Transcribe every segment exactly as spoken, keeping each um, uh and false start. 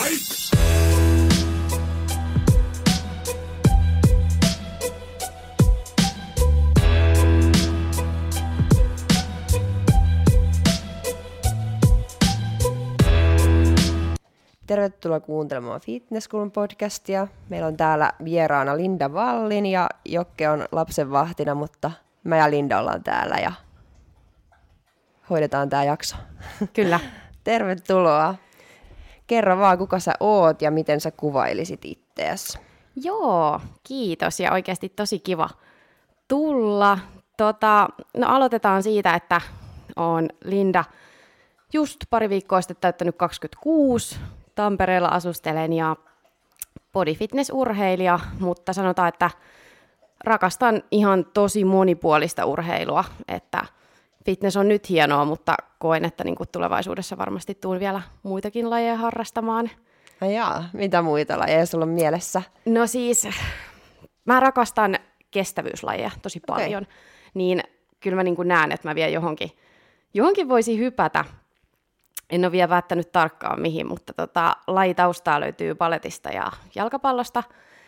Tervetuloa kuuntelemaan Fitnesskulun podcastia. Meillä on täällä vieraana Linda Wallin ja Jokke on lapsenvahtina, mutta mä ja Linda ollaan täällä ja hoidetaan tää jakso. Kyllä. Tervetuloa. Kerro vaan, kuka sä oot ja miten sä kuvailisit itseäsi. Joo, kiitos ja oikeasti tosi kiva tulla. Tota, no aloitetaan siitä, että oon Linda just pari viikkoa sitten täyttänyt kaksikymmentäkuusi. Tampereella asustelen ja bodyfitness-urheilija, mutta sanotaan, että rakastan ihan tosi monipuolista urheilua, että fitness on nyt hienoa, mutta koen, että niin kuin tulevaisuudessa varmasti tuun vielä muitakin lajeja harrastamaan. No jaa, mitä muita lajeja sulla on mielessä? No siis, mä rakastan kestävyyslajeja tosi paljon, okay. Niin kyllä mä niin kuin näen, että mä vielä johonkin, johonkin voisin hypätä. En ole vielä päättänyt tarkkaan mihin, mutta tota, lajitaustaa löytyy baletista ja jalkapallosta.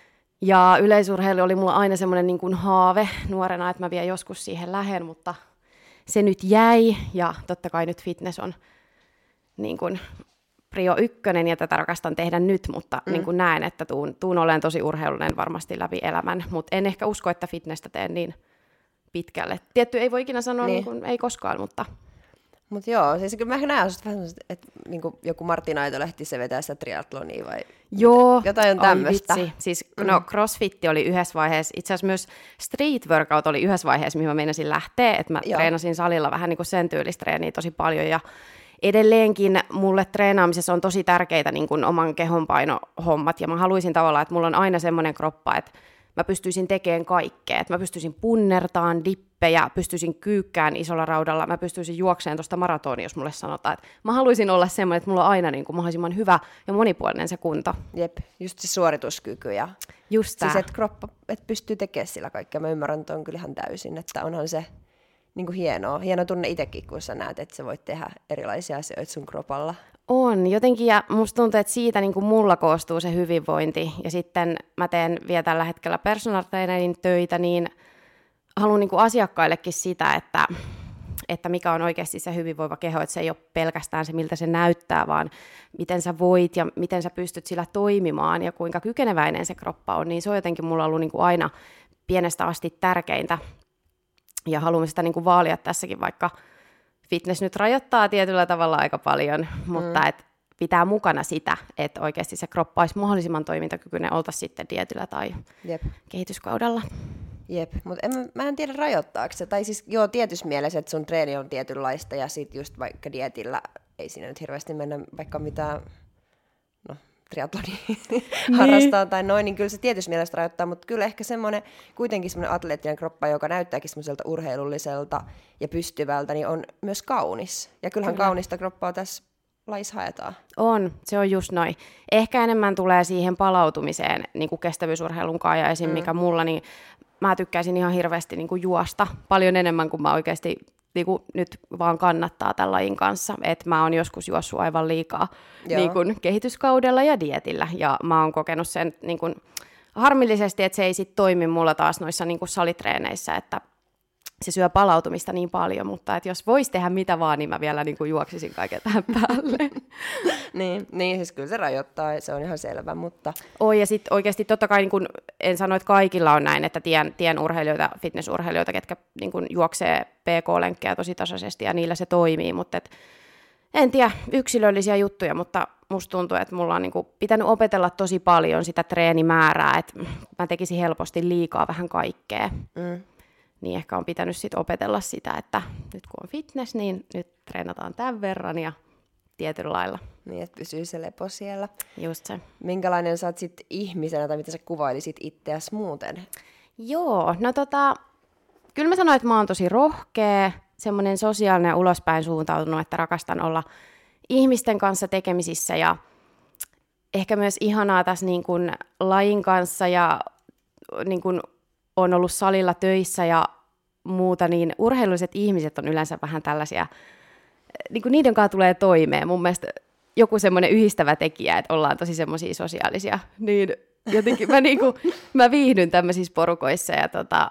Ja yleisurheilu oli mulla aina semmoinen niin kuin haave nuorena, että mä vielä joskus siihen lähen, mutta se nyt jäi. Ja totta kai nyt fitness on niin kuin prio ykkönen ja tätä rakastan tehdä nyt, mutta mm. niin kuin näen, että tuun, tuun olen tosi urheilullinen varmasti läpi elämän. Mutta en ehkä usko, että fitnessä teen niin pitkälle. Tietty ei voi ikinä sanoa, niin. Niin kuin, ei koskaan, mutta... Mutta joo, siis kyllä mä näen susta vähän että niin joku Martin Aitolehti se vetää sitä triathlonia vai joo, jotain on tämmöistä. Vitsi. Siis mm. no crossfit oli yhdessä vaiheessa, itse asiassa myös street workout oli yhdessä vaiheessa, mihin mä meinasin lähteä, että mä joo. treenasin salilla vähän niin kuin sen tyylistä treeniä tosi paljon ja edelleenkin mulle treenaamisessa on tosi tärkeitä niin kuin oman kehonpainohommat ja mä haluaisin tavallaan, että mulla on aina semmoinen kroppa, että mä pystyisin tekemään kaikkea, että mä pystyisin punnertaan, dippejä, pystyisin kyykkään isolla raudalla, mä pystyisin juokseen tuosta maratonia, jos mulle sanotaan, että mä haluaisin olla semmoinen, että mulla on aina niin kuin mahdollisimman hyvä ja monipuolinen se kunto. Jep, just se suorituskyky ja just siis, että kroppa, että pystyy tekemään sillä kaikkea. Mä ymmärrän ton kyllä ihan täysin, että onhan se niin kuin hienoa. Hieno tunne itsekin, kun sä näet, että sä voit tehdä erilaisia asioita sun kropalla. On, jotenkin, ja musta tuntuu, että siitä niin kuin mulla koostuu se hyvinvointi, ja sitten mä teen vielä tällä hetkellä personal trainerin töitä, niin haluan niin kuin asiakkaillekin sitä, että, että mikä on oikeasti se hyvinvoiva keho, että se ei ole pelkästään se, miltä se näyttää, vaan miten sä voit ja miten sä pystyt sillä toimimaan, ja kuinka kykeneväinen se kroppa on, niin se on jotenkin mulla ollut niin kuin aina pienestä asti tärkeintä, ja haluan sitä niin kuin vaalia tässäkin, vaikka fitness nyt rajoittaa tietyllä tavalla aika paljon, mutta mm. et pitää mukana sitä, että oikeasti se kroppa olisi mahdollisimman toimintakykyinen, oltaisiin sitten dietillä tai Jep. kehityskaudella. Jep, mutta en, mä en tiedä rajoittaako se. Tai siis joo, tietyssä mielessä, että sun treeni on tietynlaista ja sitten just vaikka dietillä ei siinä nyt hirveästi mennä vaikka mitään, no triathlonia niin. harrastaa tai noin, niin kyllä se tietyssä mielessä rajoittaa, mutta kyllä ehkä semmoinen, kuitenkin semmoinen atleettinen kroppa, joka näyttääkin semmoiselta urheilulliselta ja pystyvältä, niin on myös kaunis. Ja kyllähän kyllä. kaunista kroppaa tässä lajissa haetaan. On, se on just noin. Ehkä enemmän tulee siihen palautumiseen niin kuin kestävyysurheilun kanssa ja esim. Mm. mikä mulla, niin mä tykkäisin ihan hirveästi niin kuin juosta paljon enemmän kuin mä oikeasti niin kuin nyt vaan kannattaa tämän lajin kanssa. Että mä oon joskus juossut aivan liikaa niin kuin kehityskaudella ja dietillä. Ja mä oon kokenut sen niin kuin harmillisesti, että se ei sit toimi mulla taas noissa niin kuin salitreeneissä, että se syö palautumista niin paljon, mutta että jos vois tehdä mitä vaan, niin mä vielä niin kuin juoksisin kaiken tähän päälle. niin, niin, siis kyllä se rajoittaa, se on ihan selvä, mutta... Oi, ja sitten oikeasti totta kai, niin kun, en sano, että kaikilla on näin, että tien, tien urheilijoita, fitnessurheilijoita, ketkä niin kun juoksee P K-lenkkejä tosi tasaisesti, ja niillä se toimii, mutta et, en tiedä, yksilöllisiä juttuja, mutta musta tuntuu, että mulla on niin kun pitänyt opetella tosi paljon sitä treenimäärää, että mä tekisin helposti liikaa vähän kaikkea. Mm. Niin ehkä on pitänyt sit opetella sitä, että nyt kun on fitness, niin nyt treenataan tämän verran ja tietyllä lailla. Niin, että pysyy se lepo siellä. Just se. Minkälainen sä oot sit ihmisenä, tai mitä sä kuvailisit itseäsi muuten? Joo, no tota, kyllä mä sanoin, että mä oon tosi rohkea, semmoinen sosiaalinen ja ulospäin suuntautunut, että rakastan olla ihmisten kanssa tekemisissä ja ehkä myös ihanaa tässä niin kuin lajin kanssa ja niin kuin on ollut salilla töissä ja muuta, niin urheilulliset ihmiset on yleensä vähän tällaisia, niin kuin niiden kanssa tulee toimeen. Mun mielestä joku semmoinen yhdistävä tekijä, että ollaan tosi semmoisia sosiaalisia, niin jotenkin mä, niinku, mä viihdyn tämmöisissä porukoissa ja tota,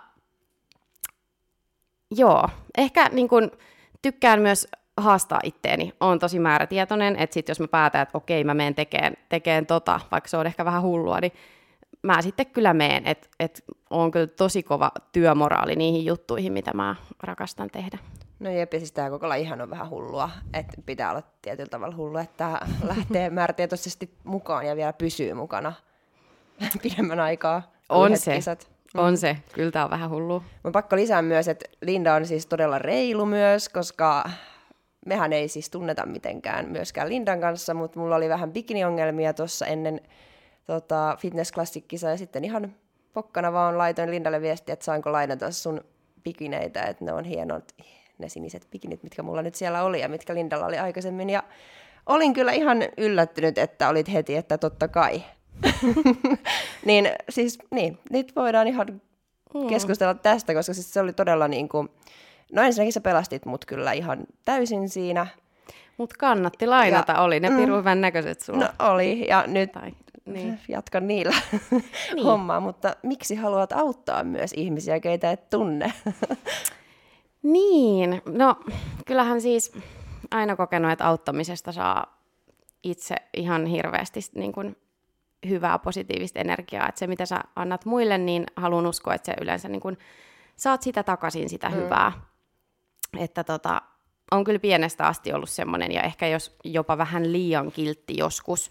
joo, ehkä niinku, tykkään myös haastaa itteeni, oon tosi määrätietoinen, että sit jos mä päätän, että okei mä menen tekemään, tekemään tota, vaikka se on ehkä vähän hullua, niin mä sitten kyllä menen, että et on kyllä tosi kova työmoraali niihin juttuihin, mitä mä rakastan tehdä. No jep, ja siis tämä koko lajihan on vähän hullua, että pitää olla tietyllä tavalla hullu, että lähtee määrätietoisesti mukaan ja vielä pysyy mukana pidemmän aikaa. On se, kisat. on se, kyllä tämä on vähän hullua. Mun pakko lisää myös, että Linda on siis todella reilu myös, koska mehän ei siis tunneta mitenkään myöskään Lindan kanssa, mutta mulla oli vähän bikiniongelmia tuossa ennen tota, fitness-klassikkisaa ja sitten ihan pokkana vaan laitoin Lindalle viestiä, että saanko lainata sun bikineitä, että ne on hienot, ne siniset bikinit, mitkä mulla nyt siellä oli ja mitkä Lindalla oli aikaisemmin. Ja olin kyllä ihan yllättynyt, että olit heti, että totta kai. niin siis niin, nyt voidaan ihan keskustella tästä, koska siis se oli todella niin kuin, no ensinnäkin sä pelastit mut kyllä ihan täysin siinä. Mut kannatti lainata, ja, oli ne pirun hyvän näköiset sulla. No oli, ja nyt tai, niin. jatkan niillä niin. hommaa, mutta miksi haluat auttaa myös ihmisiä, keitä et tunne? Niin, no kyllähän siis aina kokenut, että auttamisesta saa itse ihan hirveästi niin kuin hyvää positiivista energiaa, että se mitä sä annat muille, niin haluan uskoa, että se yleensä niin kuin saat sitä takaisin sitä mm. hyvää. Että tota, on kyllä pienestä asti ollut semmoinen, ja ehkä jos jopa vähän liian kiltti joskus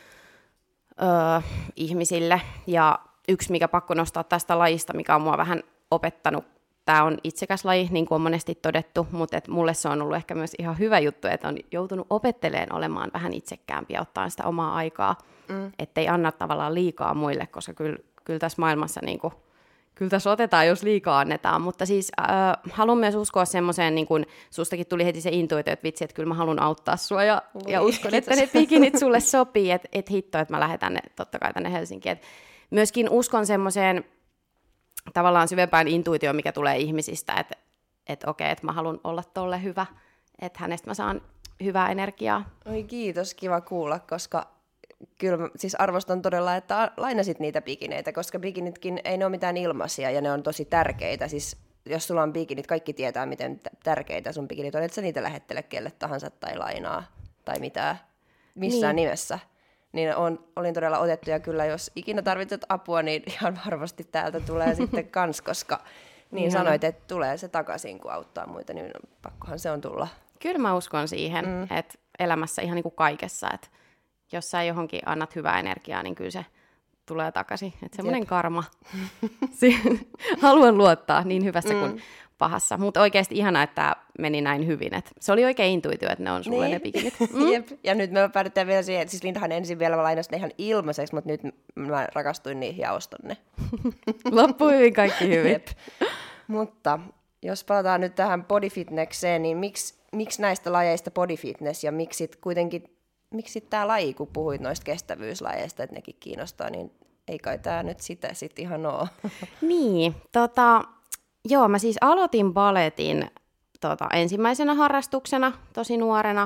öö, ihmisille. Ja yksi, mikä pakko nostaa tästä lajista, mikä on mua vähän opettanut, tämä on itsekäs laji, niin kuin on monesti todettu, mutta et mulle se on ollut ehkä myös ihan hyvä juttu, että on joutunut opettelemaan olemaan vähän itsekkäämpi ja ottaa sitä omaa aikaa, mm. ettei anna tavallaan liikaa muille, koska kyllä, kyllä tässä maailmassa niin kuin, kyllä tässä otetaan, jos liikaa annetaan, mutta siis äh, haluan myös uskoa semmoiseen, niin kuin sustakin tuli heti se intuitio, että vitsi, että kyllä mä haluan auttaa sua ja, ja uskon, että ne bikinit sulle sopii, että et hitto, että mä lähetän ne totta kai tänne Helsinkiin. Et myöskin uskon semmoiseen tavallaan syvempään intuitioon, mikä tulee ihmisistä, että et okei, että mä haluan olla tolle hyvä, että hänestä mä saan hyvää energiaa. Oi kiitos, kiva kuulla, koska kyllä siis arvostan todella, että lainasit niitä bikineitä, koska bikinitkin ei ne ole mitään ilmaisia ja ne on tosi tärkeitä. Siis jos sulla on bikinit, kaikki tietää, miten tärkeitä sun bikinit on, että sä niitä lähettele kelle tahansa tai lainaa tai mitään missään niin. nimessä. Niin on, olin todella otettu ja kyllä jos ikinä tarvitset apua, niin ihan varmasti täältä tulee sitten kans, koska niin Ihan. sanoit, että tulee se takaisin, kun auttaa muita, niin pakkohan se on tulla. Kyllä mä uskon siihen, mm. että elämässä ihan niin kuin kaikessa, että jos sä johonkin annat hyvää energiaa, niin kyllä se tulee takaisin. Että semmoinen karma. Haluan luottaa niin hyvässä mm. kuin pahassa. Mutta oikeasti ihanaa, että tämä meni näin hyvin. Et se oli oikein intuitio, että ne on sulle niin. ne bikinit. Mm. Jep. Ja nyt me päädytään vielä siihen, että siis Lindahan ensin vielä lainasi ne ihan ilmaiseksi, mutta nyt mä rakastuin niihin ja oston ne. Loppui hyvin, kaikki hyvin. Jep. Mutta jos palataan nyt tähän bodyfitnesseen, niin miksi, miksi näistä lajeista bodyfitness ja miksi sit kuitenkin miksi tämä laji, kun puhuit noista kestävyyslajeista, että nekin kiinnostaa, niin ei kai tämä nyt sitä sitten ihan ole. Niin, tota, joo, mä siis aloitin baletin tota, ensimmäisenä harrastuksena tosi nuorena,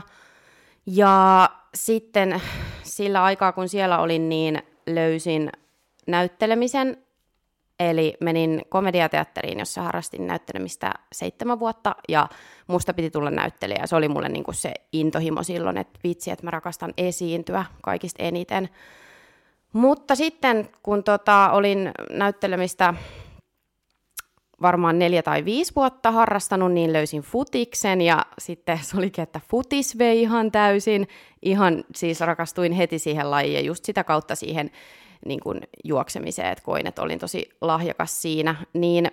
ja sitten sillä aikaa, kun siellä olin, niin löysin näyttelemisen, eli menin komediateatteriin, jossa harrastin näyttelemistä seitsemän vuotta, ja musta piti tulla näyttelijä, ja se oli mulle niinku se intohimo silloin, että vitsi, että mä rakastan esiintyä kaikista eniten. Mutta sitten, kun tota, olin näyttelemistä varmaan neljä tai viisi vuotta harrastanut, niin löysin futiksen, ja sitten se olikin, että futis vei ihan täysin, ihan siis rakastuin heti siihen lajiin, ja just sitä kautta siihen niin kuin juoksemiseen, että koin, että olin tosi lahjakas siinä, niin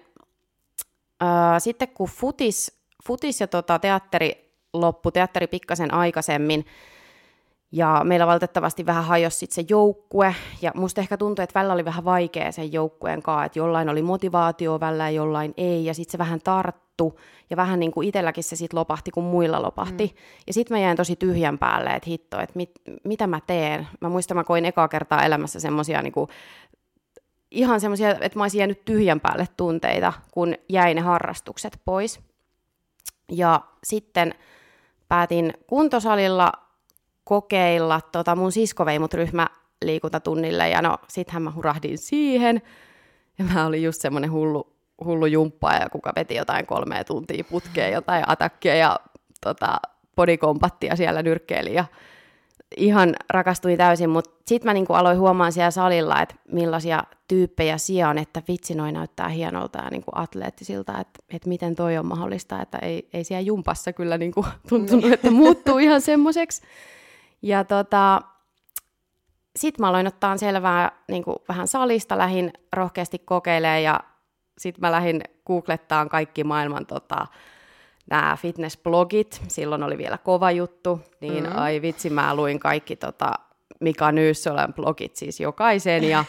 ää, sitten kun futis, futis ja tota, teatteri loppu, teatteri pikkasen aikaisemmin, ja meillä valitettavasti vähän hajosi sit se joukkue, ja musta ehkä tuntui, että välillä oli vähän vaikea sen joukkueen kanssa, että jollain oli motivaatio, välillä jollain ei, ja sitten se vähän tarttu, ja vähän niin kuin itselläkin se sitten lopahti, kun muilla lopahti. Mm. Ja sitten mä jäin tosi tyhjän päälle, että hitto, että mit, mitä mä teen. Mä muistan, mä koin ekaa kertaa elämässä semmosia niinku, ihan semmoisia, että mä olisin jäänyt tyhjän päälle tunteita, kun jäi ne harrastukset pois. Ja sitten päätin kuntosalilla kokeilla, tota, mun sisko vei mut ryhmäliikuntatunnille, ja no sittenhän mä hurahdin siihen, ja mä olin just semmonen hullu, hullu jumppaaja, joka veti jotain kolmea tuntia putkeen, jotain atakkia ja tota, bodykompattia siellä nyrkkeili, ja ihan rakastuin täysin, mutta sitten mä niinku aloin huomaan siellä salilla, että millaisia tyyppejä siellä on, että vitsi, noi näyttää hienolta ja niinku atleettisilta, että, että miten toi on mahdollista, että ei, ei siellä jumpassa kyllä niinku tuntunut, että muuttuu ihan semmoiseksi. Ja tota, sitten mä aloin ottaa selvää niinku vähän salista, lähdin rohkeasti kokeilemaan ja sitten mä lähdin googlettaan kaikki maailman tota, nämä fitnessblogit, silloin oli vielä kova juttu, niin mm. ai vitsi, mä luin kaikki tota, Mika Nyyssölän blogit siis jokaisen, ja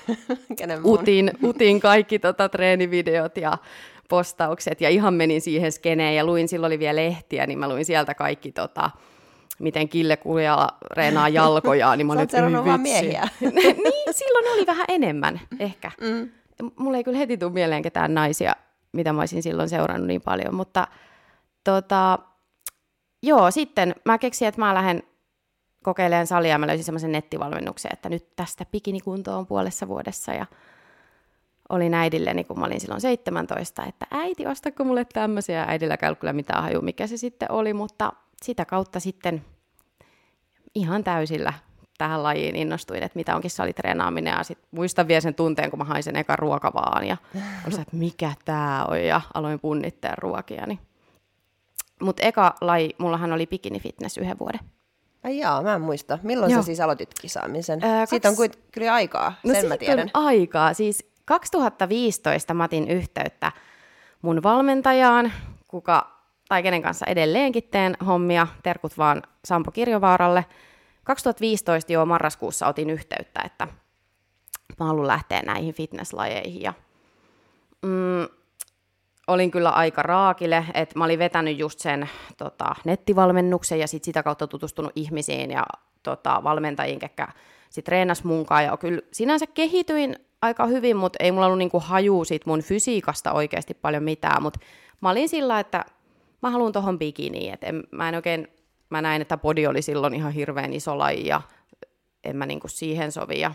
utin, utin kaikki tota, treenivideot ja postaukset, ja ihan menin siihen skeneen, ja luin, silloin oli vielä lehtiä, niin mä luin sieltä kaikki, tota, miten Kille Kuljala reenaa jalkojaan, niin mä olin, että vitsi. Vaan miehiä. Niin, silloin oli vähän enemmän, ehkä. Mm. Mulla ei kyllä heti tule mieleen ketään naisia, mitä mä olisin silloin seurannut niin paljon, mutta Tota, joo, sitten mä keksin, että mä lähden kokeilemaan salia, mä löysin semmoisen nettivalmennuksen, että nyt tästä bikinikuntoon puolessa vuodessa, ja olin äidilleni, kun mä olin silloin seitsemäntoista, että äiti, ostako mulle tämmöisiä, äidilläkään ei ollut kyllä mitään haju, mikä se sitten oli, mutta sitä kautta sitten ihan täysillä tähän lajiin innostuin, että mitä onkin salitreenaaminen, ja sitten muistan vielä sen tunteen, kun mä hain sen ekan ruokavaan, ja olin, että mikä tää on, ja aloin punnittaa ruokia, niin mutta eka laji, mullahan oli bikini fitness yhden vuoden. Ai jaa, mä en muista. Milloin Joo. sä siis aloitit kisaamisen? Öö, siitä kaks... on kyllä aikaa, no sen mä tiedän. On aikaa. Siis kaksituhattaviisitoista mä otin yhteyttä mun valmentajaan, kuka, tai kenen kanssa edelleenkin teen hommia, terkut vaan Sampo Kirjovaaralle. kaksituhattaviisitoista jo marraskuussa otin yhteyttä, että mä haluan lähteä näihin fitnesslajeihin. Ja, mm, olin kyllä aika raakile, että mä olin vetänyt just sen tota, nettivalmennuksen ja sit sitä kautta tutustunut ihmisiin ja tota, valmentajiin, ketkä sit treenas munkaan. Ja kyllä sinänsä kehityin aika hyvin, mutta ei mulla ollut niinku hajuu siitä mun fysiikasta oikeasti paljon mitään. Mutta mä olin sillä, että mä haluan tohon bikiniin. Et en, mä en oikein, mä näin, että body oli silloin ihan hirveän iso laji ja en mä niinku siihen sovi. Ja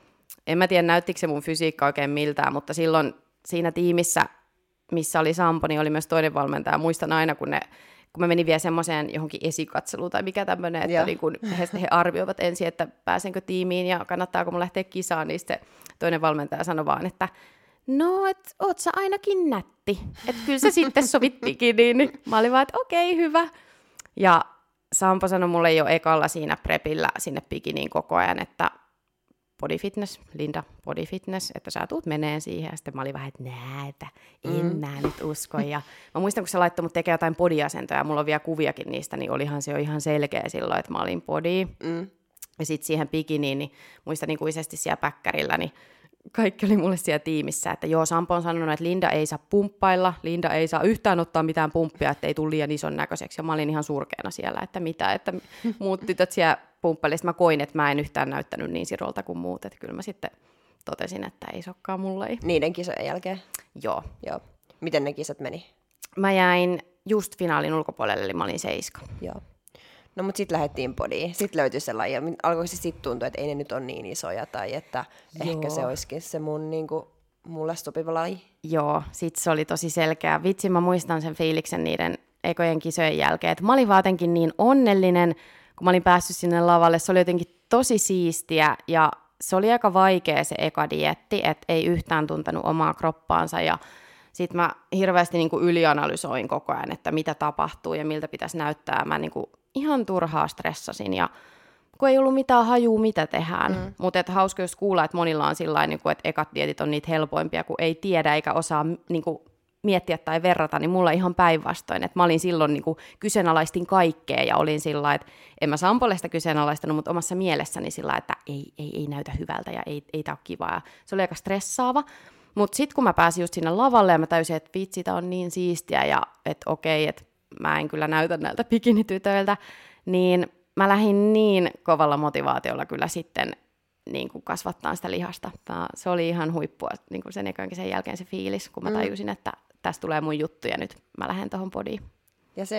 en mä tiedä, näyttikö se mun fysiikka oikein miltään, mutta silloin siinä tiimissä, missä oli Sampo, niin oli myös toinen valmentaja. Muistan aina, kun, ne, kun mä menin vielä semmoiseen johonkin esikatseluun tai mikä tämmöinen, että niin kun he, he arvioivat ensin, että pääsenkö tiimiin ja kannattaako mun lähteä kisaan, niin sitten toinen valmentaja sanoi vaan, että no, et oot sä ainakin nätti, että kyllä sä sitten sovit bikiniin. Niin mä olin vaan, että okei, okay, hyvä. Ja Sampo sanoi mulle jo ekalla siinä prepillä sinne bikiniin koko ajan, että body fitness, Linda, body fitness, että sä tuut meneen siihen. Ja sitten mä olin vähän, että nää, että en mm. mä nyt usko. Ja mä muistan, kun se laittoi mut tekemään jotain body-asentoja, mulla on vielä kuviakin niistä, niin olihan se jo ihan selkeä silloin, että mä olin body. Mm. Ja sitten siihen bikiniin, niin muistan ikuisesti siellä päkkärillä, niin kaikki oli mulle siellä tiimissä, että joo, Sampo on sanonut, että Linda ei saa pumppailla, Linda ei saa yhtään ottaa mitään pumppia, että ei tule liian ison näköiseksi. Ja mä olin ihan surkeana siellä, että mitä, että muut tytöt siellä pumppaili. Sitten mä koin, että mä en yhtään näyttänyt niin sirolta kuin muut, että kyllä mä sitten totesin, että ei sokkaan mulle. Niiden kisojen jälkeen? Joo. Joo. Miten ne kisat meni? Mä jäin just finaalin ulkopuolelle, eli mä olin seiska. Joo. No mut sit lähdettiin podiin. Sitten löytyi se laji. Alkoiko se sit tuntua, että ei ne nyt ole niin isoja tai että Joo. ehkä se olisikin se mun niinku, mulle sopiva laji? Joo, sit se oli tosi selkeä. Vitsi, mä muistan sen fiiliksen niiden ekojen kisojen jälkeen. Et mä olin vaan jotenkin niin onnellinen, kun mä olin päässyt sinne lavalle. Se oli jotenkin tosi siistiä ja se oli aika vaikea se eka dieetti, että ei yhtään tuntenut omaa kroppaansa ja sitten mä hirveästi niinku ylianalysoin koko ajan, että mitä tapahtuu ja miltä pitäisi näyttää. Mä niinku ihan turhaa stressasin ja kun ei ollut mitään hajua, mitä tehdään. Mm. Mutta hauska just kuulla, että monilla on sillä tavalla, että ekat dietit on niitä helpoimpia, kun ei tiedä eikä osaa niinku miettiä tai verrata, niin mulla ihan päinvastoin. Että mä olin silloin niinku kyseenalaistin kaikkea ja olin sillä että en mä Sampolle sitä kyseenalaistanut, mutta omassa mielessäni sillä että ei, ei, ei näytä hyvältä ja ei, ei tää ole kivaa. Se oli aika stressaava. Mutta sitten kun mä pääsin just sinne lavalle ja mä täysin, että vitsi, tää on niin siistiä ja että okei, että mä en kyllä näytä näiltä bikinitytöiltä, niin mä lähdin niin kovalla motivaatiolla kyllä sitten niin kuin kasvattaa sitä lihasta. Tää, se oli ihan huippua niin kuin sen ekankin sen jälkeen se fiilis, kun mä tajusin, että tästä tulee mun juttu ja nyt mä lähden tohon podiin. Ja se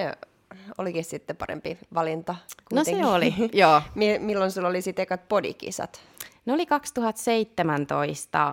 olikin sitten parempi valinta. No se kuitenkin. oli, joo. Milloin sulla oli sitten ekat bodykisat? Ne oli kaksituhattaseitsemäntoista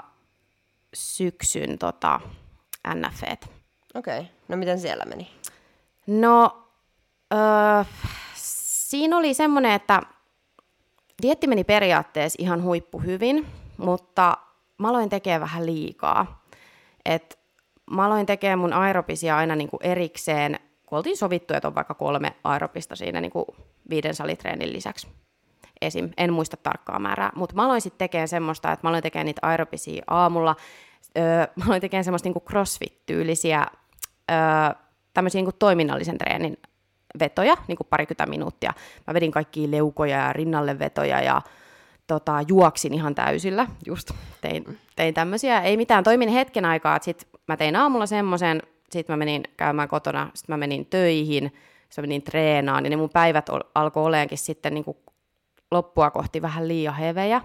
syksyn tota, N F E:t. Okei, okay. No miten siellä meni? No, öö, siinä oli semmoinen, että dieetti meni periaatteessa ihan huippuhyvin, mutta mä aloin tekemään vähän liikaa. Et mä aloin tekemään mun aerobisia aina niinku erikseen, kun oltiin sovittu, että on vaikka kolme aerobista siinä niinku viiden salitreenin lisäksi. Esim. En muista tarkkaa määrää, mutta mä aloin sitten tekemään semmoista, että mä aloin tekemään niitä aerobisia aamulla. Öö, mä aloin tekemään semmoista niinku crossfit-tyylisiä öö, tämmöisiä niinku toiminnallisen treenin vetoja, niinku parikymmentä minuuttia. Mä vedin kaikkia leukoja ja rinnalle vetoja ja tota, juoksin ihan täysillä. Just tein, tein tämmöisiä, ei mitään, toimin hetken aikaa. Sitten mä tein aamulla semmoisen, sitten mä menin käymään kotona, sitten mä menin töihin, sitten mä menin treenaan, niin ne mun päivät alkoi oleenkin sitten niinku loppua kohti vähän liian hevejä.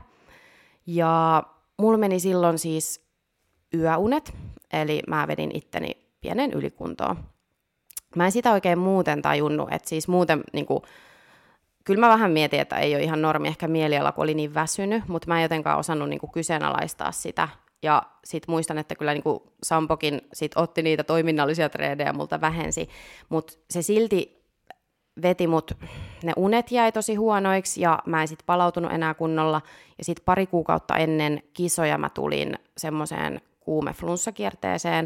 Ja mulla meni silloin siis yöunet, eli mä vedin itteni pienen ylikuntoon. Mä en sitä oikein muuten tajunnut, että siis muuten niinku, kyllä mä vähän mietin, että ei ole ihan normi ehkä mieliala, kun oli niin väsynyt, mutta mä en jotenkaan osannut niinku kyseenalaistaa sitä. Ja sit muistan, että kyllä niinku Sampokin sit otti niitä toiminnallisia treenejä multa vähensi, mutta se silti veti mut, ne unet jäi tosi huonoiksi ja mä en sit palautunut enää kunnolla. Ja sit pari kuukautta ennen kisoja mä tulin semmoiseen kuume-flunssakierteeseen.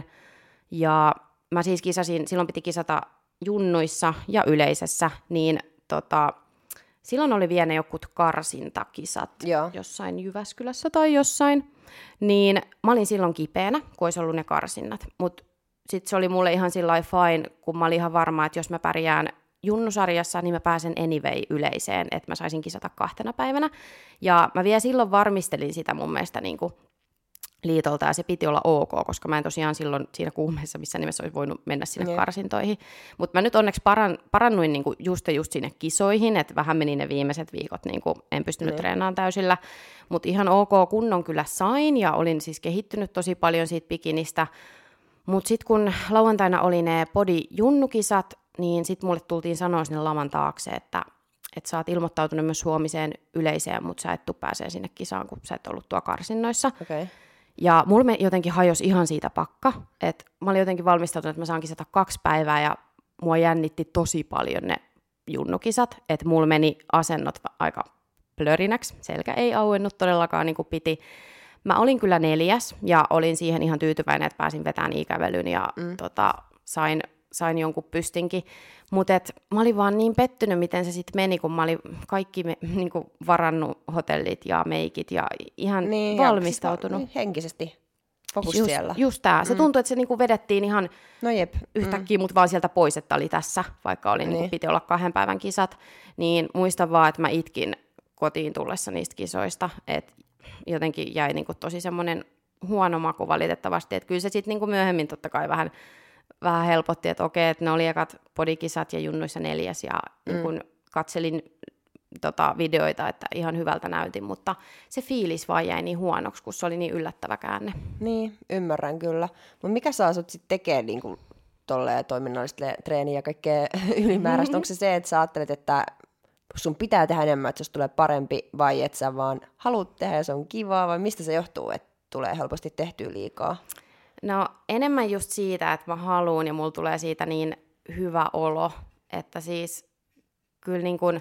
Ja mä siis kisasin, silloin piti kisata junnuissa ja yleisessä, niin tota, silloin oli vielä ne jokut karsintakisat Joo. jossain Jyväskylässä tai jossain. Niin mä olin silloin kipeänä, kun olisi ollut ne karsinnat. Mutta sitten se oli mulle ihan sillai fine, kun mä olin ihan varma, että jos mä pärjään junnusarjassa, niin mä pääsen anyway yleiseen, että mä saisin kisata kahtena päivänä. Ja mä vielä silloin varmistelin sitä mun mielestä niin kuin liitolta, ja se piti olla ok, koska mä en tosiaan silloin siinä kuumeessa missä nimessä olisi voinut mennä sinne yeah. karsintoihin. Mutta mä nyt onneksi paran, parannuin niinku just ja just sinne kisoihin, että vähän meni ne viimeiset viikot, niinku en pystynyt yeah. treenaamaan täysillä. Mutta ihan ok kunnon kyllä sain, ja olin siis kehittynyt tosi paljon siitä bikinistä. Mutta sitten kun lauantaina oli ne body-junnukisat, niin sitten mulle tultiin sanoa sinne laman taakse, että että sä oot ilmoittautunut myös huomiseen yleiseen, mutta sä et tuu pääsee sinne kisaan, kun sä et ollut tuo karsinnoissa. Okay. Ja mulla me jotenkin hajosi ihan siitä pakka, että mä olin jotenkin valmistautunut, että mä saan kisata kaksi päivää, ja mua jännitti tosi paljon ne junnukisat, että mulla meni asennot aika plörinäksi, selkä ei auennut todellakaan niin kuin piti. Mä olin kyllä neljäs, ja olin siihen ihan tyytyväinen, että pääsin vetämään ikävelyn, ja mm. tota, sain, sain jonkun pystinkin. Mutta mä olin vaan niin pettynyt, miten se sitten meni, kun mä olin kaikki me, niinku varannut hotellit ja meikit ja ihan niin, valmistautunut. Ja, siis henkisesti fokus just, siellä. Just tää. Se mm. tuntui, että se niinku vedettiin ihan no jep. yhtäkkiä mm. mut vaan sieltä pois, että oli tässä, vaikka oli, niin. Niinku, piti olla kahden päivän kisat. Niin muistan vaan, että mä itkin kotiin tullessa niistä kisoista, että jotenkin jäi niinku tosi semmoinen huono maku valitettavasti. Että kyllä se sitten niinku myöhemmin totta kai vähän... vähän helpotti, että okei, että ne oli ekat podikisat ja junnuissa neljäs, ja mm. kun katselin tota, videoita, että ihan hyvältä näytin, mutta se fiilis vaan jäi niin huonoksi, kun se oli niin yllättävä käänne. Niin, ymmärrän kyllä. Mutta mikä saa sut sitten tekemään niin kuin tolleen toiminnallista treeniä ja kaikkea ylimääräistä? Mm-hmm. Onko se se, että sä ajattelet, että sun pitää tehdä enemmän, että jos tulee parempi, vai että sä vaan haluat tehdä ja se on kivaa, vai mistä se johtuu, että tulee helposti tehtyä liikaa? No enemmän just siitä, että mä haluun ja mulla tulee siitä niin hyvä olo, että siis kyllä niin kuin,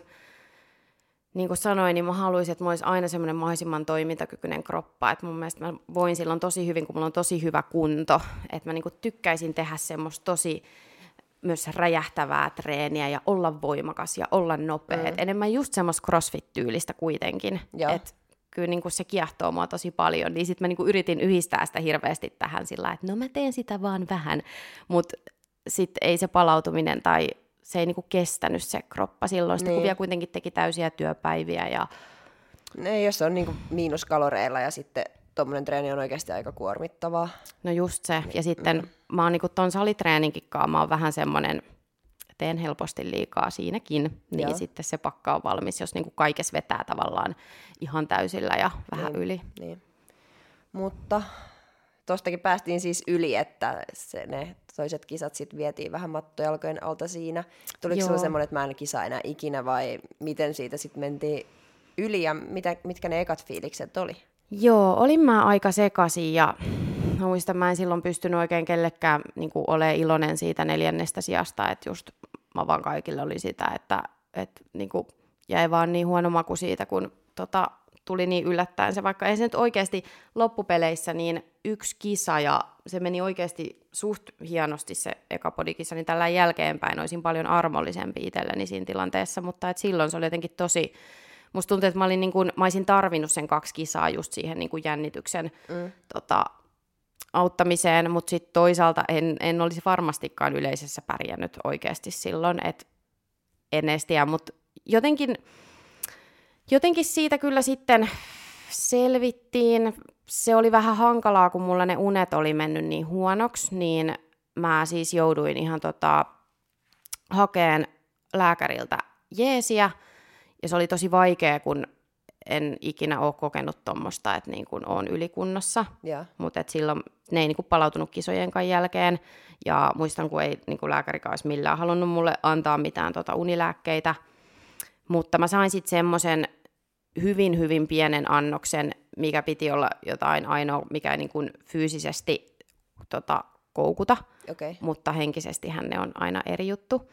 niin kuin sanoin, niin mä haluaisin, että mulla olisi aina semmoinen mahdollisimman toimintakykyinen kroppa, että mun mielestä mä voin silloin tosi hyvin, kun mulla on tosi hyvä kunto, että mä niin kuin tykkäisin tehdä semmoista tosi myös räjähtävää treeniä ja olla voimakas ja olla nopea, mm. enemmän just semmoista crossfit-tyylistä kuitenkin, että kyllä niin kuin se kiehtoo mua tosi paljon, niin sitten mä niin kuin yritin yhdistää sitä hirveästi tähän sillä, että no mä teen sitä vaan vähän, mutta sitten ei se palautuminen tai se ei niin kuin kestänyt se kroppa silloin, niin. kun vielä kuitenkin teki täysiä työpäiviä. Ja... Ne, jos on niin kuin miinuskaloreilla ja sitten tuommoinen treeni on oikeasti aika kuormittavaa. No just se, ja sitten mm. mä oon niin kuin ton salitreeninkinkaan, mä oon vähän semmoinen, teen helposti liikaa siinäkin, niin Joo. sitten se pakka on valmis, jos niinku kaikessa vetää tavallaan ihan täysillä ja vähän niin, yli. Niin. Mutta tuostakin päästiin siis yli, että se, ne toiset kisat sitten vietiin vähän mattojalkojen alta siinä. Tuliko Joo. sulla semmoinen, että mä en kisa enää ikinä, vai miten siitä sitten mentiin yli, ja mitä, mitkä ne ekat fiilikset oli? Joo, olin mä aika sekaisin, ja mä muistan, mä en silloin pystynyt oikein kellekään niin kuin olemaan iloinen siitä neljännestä sijasta, että just mä vaan kaikille oli sitä, että, että niin kuin jäi vaan niin huono maku siitä, kun tota, tuli niin yllättäen se, vaikka ei se nyt oikeasti loppupeleissä niin yksi kisa, ja se meni oikeasti suht hienosti se eka podikisa, niin tällä jälkeenpäin olisin paljon armollisempi itselleni siinä tilanteessa, mutta et silloin se oli jotenkin tosi, musta tuntuu, että mä, olin niin kuin, mä olisin tarvinnut sen kaksi kisaa just siihen niin kuin jännityksen mm. tota, auttamiseen, mutta sitten toisaalta en, en olisi varmastikaan yleisessä pärjännyt oikeasti silloin, että en edes tiedä, mutta jotenkin, jotenkin siitä kyllä sitten selvittiin. Se oli vähän hankalaa, kun mulla ne unet oli mennyt niin huonoksi, niin mä siis jouduin ihan tota, hakeen lääkäriltä jeesiä, ja se oli tosi vaikea, kun en ikinä ole kokenut tuommoista, että niin kun olen ylikunnossa, yeah. mutta silloin ne ei niin kun palautunut kisojenkaan jälkeen, ja muistan, kun ei niin kun lääkärikaan olisi millään halunnut mulle antaa mitään tota unilääkkeitä, mutta mä sain sitten semmoisen hyvin, hyvin pienen annoksen, mikä piti olla jotain ainoa, mikä ei niin kun fyysisesti tota, koukuta, okay. mutta henkisestihän ne on aina eri juttu,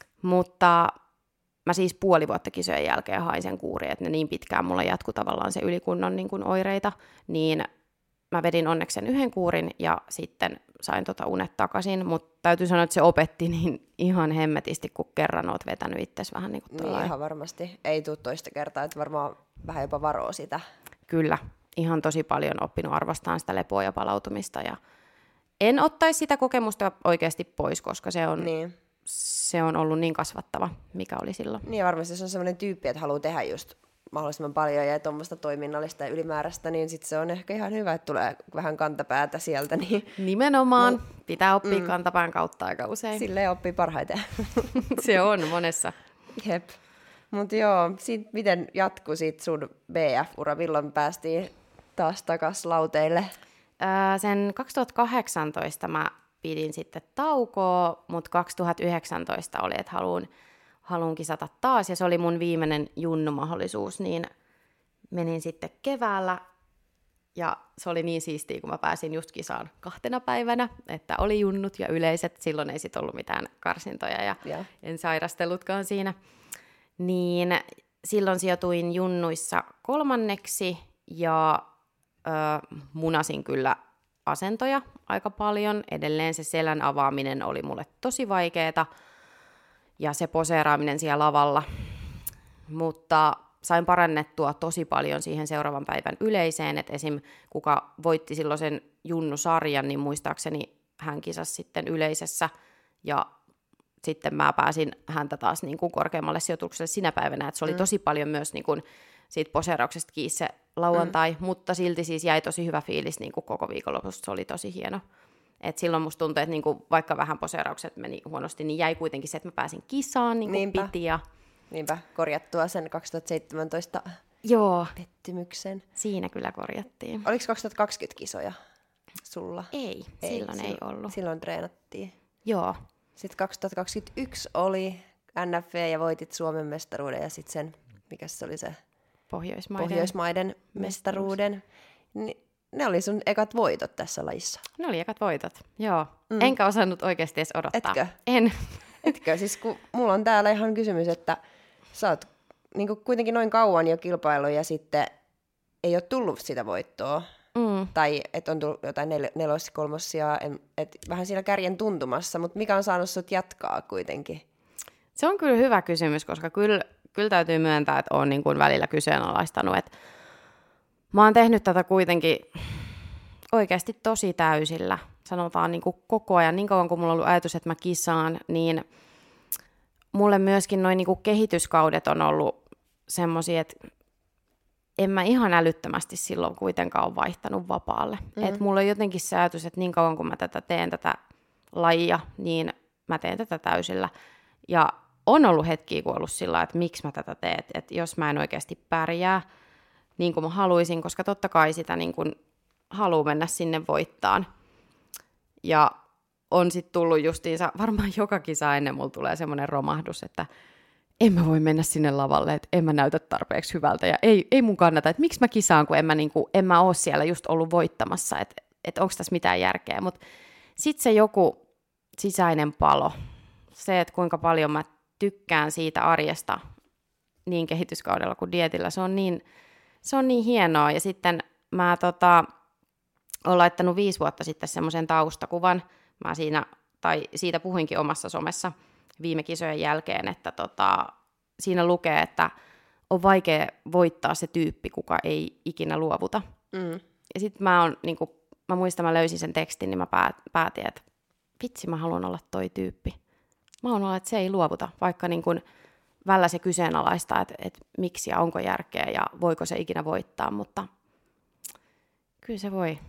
mutta mä siis puoli vuotta kisojen jälkeen hain sen kuuriin, että ne niin pitkään mulla jatkui tavallaan se ylikunnon niin kuin oireita, niin mä vedin onneksi sen yhden kuurin ja sitten sain tota unet takaisin, mutta täytyy sanoa, että se opetti niin ihan hemmetisti, kun kerran oot vetänyt itsesi vähän niin kuin niin, ihan varmasti. Ei tule toista kertaa, että varmaan vähän jopa varoo sitä. Kyllä, ihan tosi paljon oppinut arvostamaan sitä lepoa ja palautumista, ja en ottaisi sitä kokemusta oikeasti pois, koska se on... Niin. Se on ollut niin kasvattava, mikä oli silloin. Niin, ja varmasti se on sellainen tyyppi, että haluaa tehdä just mahdollisimman paljon ja tuommoista toiminnallista ja ylimääräistä, niin sitten se on ehkä ihan hyvä, että tulee vähän kantapäätä sieltä. Niin... Nimenomaan. No, pitää oppia mm. kantapään kautta aika usein. Silleen oppii parhaiten. Se on monessa. Jep. Mutta joo, sit, miten jatkui sit sun B F-ura? Milloin päästiin taas takaisin lauteille? Öö, sen kaksituhattakahdeksantoista mä pidin sitten taukoa, mutta kaksituhattayhdeksäntoista oli, että haluan, haluan kisata taas, ja se oli mun viimeinen junnumahdollisuus, niin menin sitten keväällä, ja se oli niin siistiä, kun mä pääsin just kisaan kahtena päivänä, että oli junnut ja yleiset, silloin ei sitten ollut mitään karsintoja, ja yeah. en sairastellutkaan siinä, niin silloin sijoituin junnuissa kolmanneksi, ja ö, munasin kyllä asentoja aika paljon. Edelleen se selän avaaminen oli mulle tosi vaikeeta ja se poseeraaminen siellä lavalla. Mutta sain parannettua tosi paljon siihen seuraavan päivän yleiseen, että esim. Kuka voitti silloin sen junnusarjan, niin muistaakseni hän kisasi sitten yleisessä, ja sitten mä pääsin häntä taas niin kuin korkeammalle sijoitukselle sinä päivänä, että se oli mm. tosi paljon myös niin kuin siitä poseerauksesta kiinni se lauantai, mm. mutta silti siis jäi tosi hyvä fiilis niin kuin koko viikonlopusta, se oli tosi hieno. Et silloin musta tuntui, että niin kuin, vaikka vähän poseeraukset meni huonosti, niin jäi kuitenkin se, että mä pääsin kisaan niin kuin piti. Ja... Niinpä, korjattua sen kaksituhattaseitsemäntoista Joo. pettymyksen. Siinä kyllä korjattiin. Oliko kaksituhattakaksikymmentä kisoja sulla? Ei, ei silloin ei ollut. Silloin treenattiin. Joo. Sitten kaksituhattakaksikymmentäyksi oli N F V ja voitit Suomen mestaruuden ja sitten sen, mikä se oli se Pohjoismaiden, Pohjoismaiden mestaruuden. Ni, ne oli sun ekat voitot tässä lajissa. Ne oli ekat voitot, joo. Mm. Enkä osannut oikeasti edes odottaa. Etkö? En. Etkö? Siis kun mulla on täällä ihan kysymys, että sä oot niin kuin kuitenkin noin kauan jo kilpailu ja sitten ei ole tullut sitä voittoa. Mm. Tai että on tullut jotain nel- nelos- kolmossia, että vähän siinä kärjen tuntumassa, mutta mikä on saanut sut jatkaa kuitenkin? Se on kyllä hyvä kysymys, koska kyllä, kyllä täytyy myöntää, että olen niin kuin välillä kyseenalaistanut, että mä oon tehnyt tätä kuitenkin oikeasti tosi täysillä, sanotaan niin kuin koko ajan, niin kauan kuin mulla on ollut ajatus, että mä kisaan, niin mulle myöskin noin niin kuin kehityskaudet on ollut semmoisia, että en mä ihan älyttömästi silloin kuitenkaan ole vaihtanut vapaalle. Mm-hmm. Että mulla on jotenkin se ajatus, että niin kauan kuin mä tätä teen tätä lajia, niin mä teen tätä täysillä. Ja on ollut hetkiä, kun ollut sillä, että miksi mä tätä teen, että jos mä en oikeasti pärjää niin kuin mä haluaisin, koska totta kai sitä niin kuin haluaa mennä sinne voittaan. Ja on sitten tullut justiinsa, varmaan joka kisa ennen mulla tulee semmoinen romahdus, että en mä voi mennä sinne lavalle, että en mä näytä tarpeeksi hyvältä ja ei, ei mun kannata, että miksi mä kisaan, kun en mä, niinku, en mä ole siellä just ollut voittamassa, että et onko tässä mitään järkeä. Mutta sitten se joku sisäinen palo, se, että kuinka paljon mä tykkään siitä arjesta niin kehityskaudella kuin dietillä, se on niin, se on niin hienoa. Ja sitten mä tota, oon laittanut viisi vuotta sitten semmoisen taustakuvan, mä siinä, tai siitä puhuinkin omassa somessa viime kisojen jälkeen, että tota, siinä lukee, että on vaikea voittaa se tyyppi, kuka ei ikinä luovuta. Mm. Ja sitten mä, on, niinku, mä muistan, mä löysin sen tekstin, niin mä päätin, että vitsi, mä haluan olla toi tyyppi. Mä haluan olla, että se ei luovuta, vaikka niin kun välillä se kyseenalaistaa, että, että miksi ja onko järkeä ja voiko se ikinä voittaa, mutta kyllä se voi.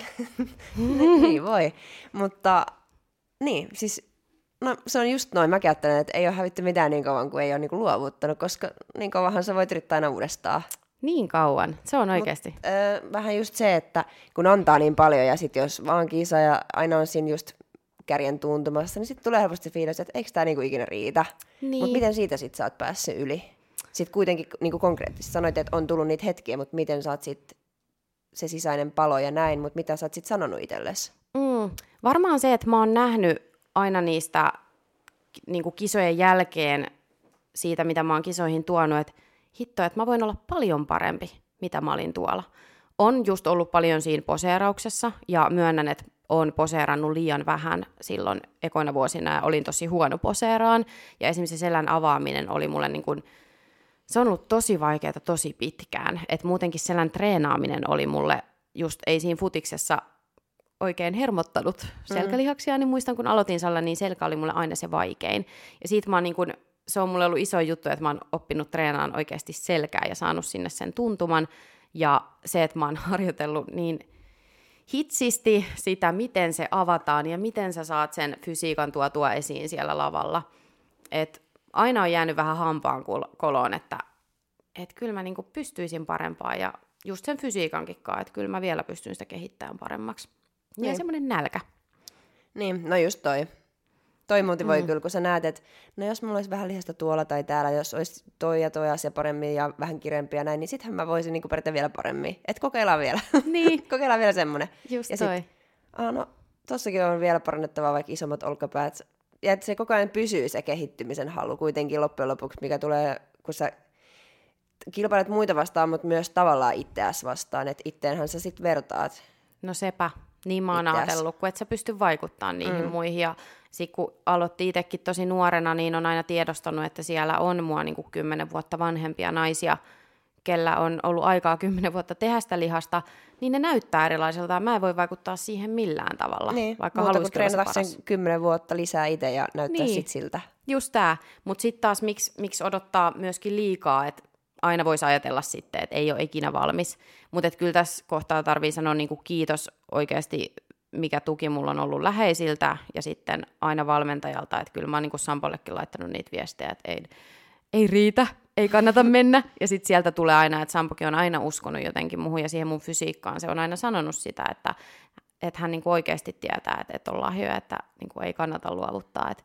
Niin voi, mutta niin, siis no, se on just noin. Mäkin ajattelen, että ei ole hävitty mitään niin kauan, kuin ei ole niinku luovuttanut, koska niin kauanhan sä voit yrittää aina uudestaan. Niin kauan, se on oikeasti. Mut, äh, vähän just se, että kun antaa niin paljon ja sitten jos vaan kisa ja aina on siinä just kärjen tuntumassa, niin sitten tulee helposti fiilis, että eikö tämä niinku ikinä riitä. Niin. Mutta miten siitä sitten sä oot päässyt yli? Sitten kuitenkin niinku konkreettisesti sanoit, että on tullut niitä hetkiä, mutta miten sä oot sitten se sisäinen palo ja näin, mutta mitä sä oot sitten sanonut itsellesi? Mm, varmaan se, että mä oon nähnyt aina niistä niin kuin kisojen jälkeen siitä, mitä mä oon kisoihin tuonut, että hitto, että mä voin olla paljon parempi, mitä mä olin tuolla. On just ollut paljon siinä poseerauksessa, ja myönnän, että oon poseerannut liian vähän silloin ekoina vuosina, ja olin tosi huono poseeraan, ja esimerkiksi se selän avaaminen oli mulle niin kuin, se on ollut tosi vaikeaa tosi pitkään, että muutenkin selän treenaaminen oli mulle just, ei siinä futiksessa oikein hermottanut selkälihaksia, niin muistan, kun aloitin salla, niin selkä oli mulle aina se vaikein. Ja siitä mä oon niin kun, se on mulle ollut iso juttu, että mä oon oppinut treenaamaan oikeasti selkää ja saanut sinne sen tuntuman. Ja se, että mä oon harjoitellut niin hitsisti sitä, miten se avataan ja miten sä saat sen fysiikan tuotua esiin siellä lavalla. Että aina on jäänyt vähän hampaan koloon, että et kyllä mä niin kun pystyisin parempaan ja just sen fysiikankin kanssa, että kyllä mä vielä pystyn sitä kehittämään paremmaksi. Ja niin. Semmoinen nälkä. Niin, no just toi. Toi muuten voi mm. kyllä, kun sä näet, että no jos mulla olisi vähän lihasta tuolla tai täällä, jos olisi toi ja toi asia paremmin ja vähän kirempi ja näin, niin sittenhän mä voisin niinku pärjätä vielä paremmin. Et kokeillaan vielä. Niin. Kokeillaan vielä semmoinen. Just ja toi. Sit, ah, no tossakin on vielä parannettavaa vaikka isommat olkapäät. Ja että se koko ajan pysyy se kehittymisen halu kuitenkin loppujen lopuksi, mikä tulee, kun sä kilpailet muita vastaan, mutta myös tavallaan itseäsi vastaan, että itteenhän sä sit vertaat. No sepä. Niin mä oon ajatellut, kun et sä pysty vaikuttamaan niihin mm. muihin. Ja sit kun aloitti itsekin tosi nuorena, niin on aina tiedostanut, että siellä on mua niin kuin kymmenen vuotta vanhempia naisia, kellä on ollut aikaa kymmenen vuotta tehdä sitä lihasta, niin ne näyttää erilaiselta. Mä en voi vaikuttaa siihen millään tavalla, niin, vaikka haluaisi treenata sen kymmenen vuotta lisää itse ja näyttää niin. sit siltä. Just tää. Mutta sitten taas, miksi, miksi odottaa myöskin liikaa, että aina voisi ajatella sitten, että ei ole ikinä valmis. Mutta kyllä tässä kohtaa tarvii sanoa niinku kiitos oikeasti, mikä tuki mulla on ollut läheisiltä ja sitten aina valmentajalta. Että kyllä mä oon niinku Sampollekin laittanut niitä viestejä, että ei, ei riitä, ei kannata mennä. Ja sitten sieltä tulee aina, että Sampokin on aina uskonut jotenkin muuhun ja siihen mun fysiikkaan. Se on aina sanonut sitä, että, että hän niinku oikeasti tietää, että, että on lahjoja, että niinku ei kannata luovuttaa. Että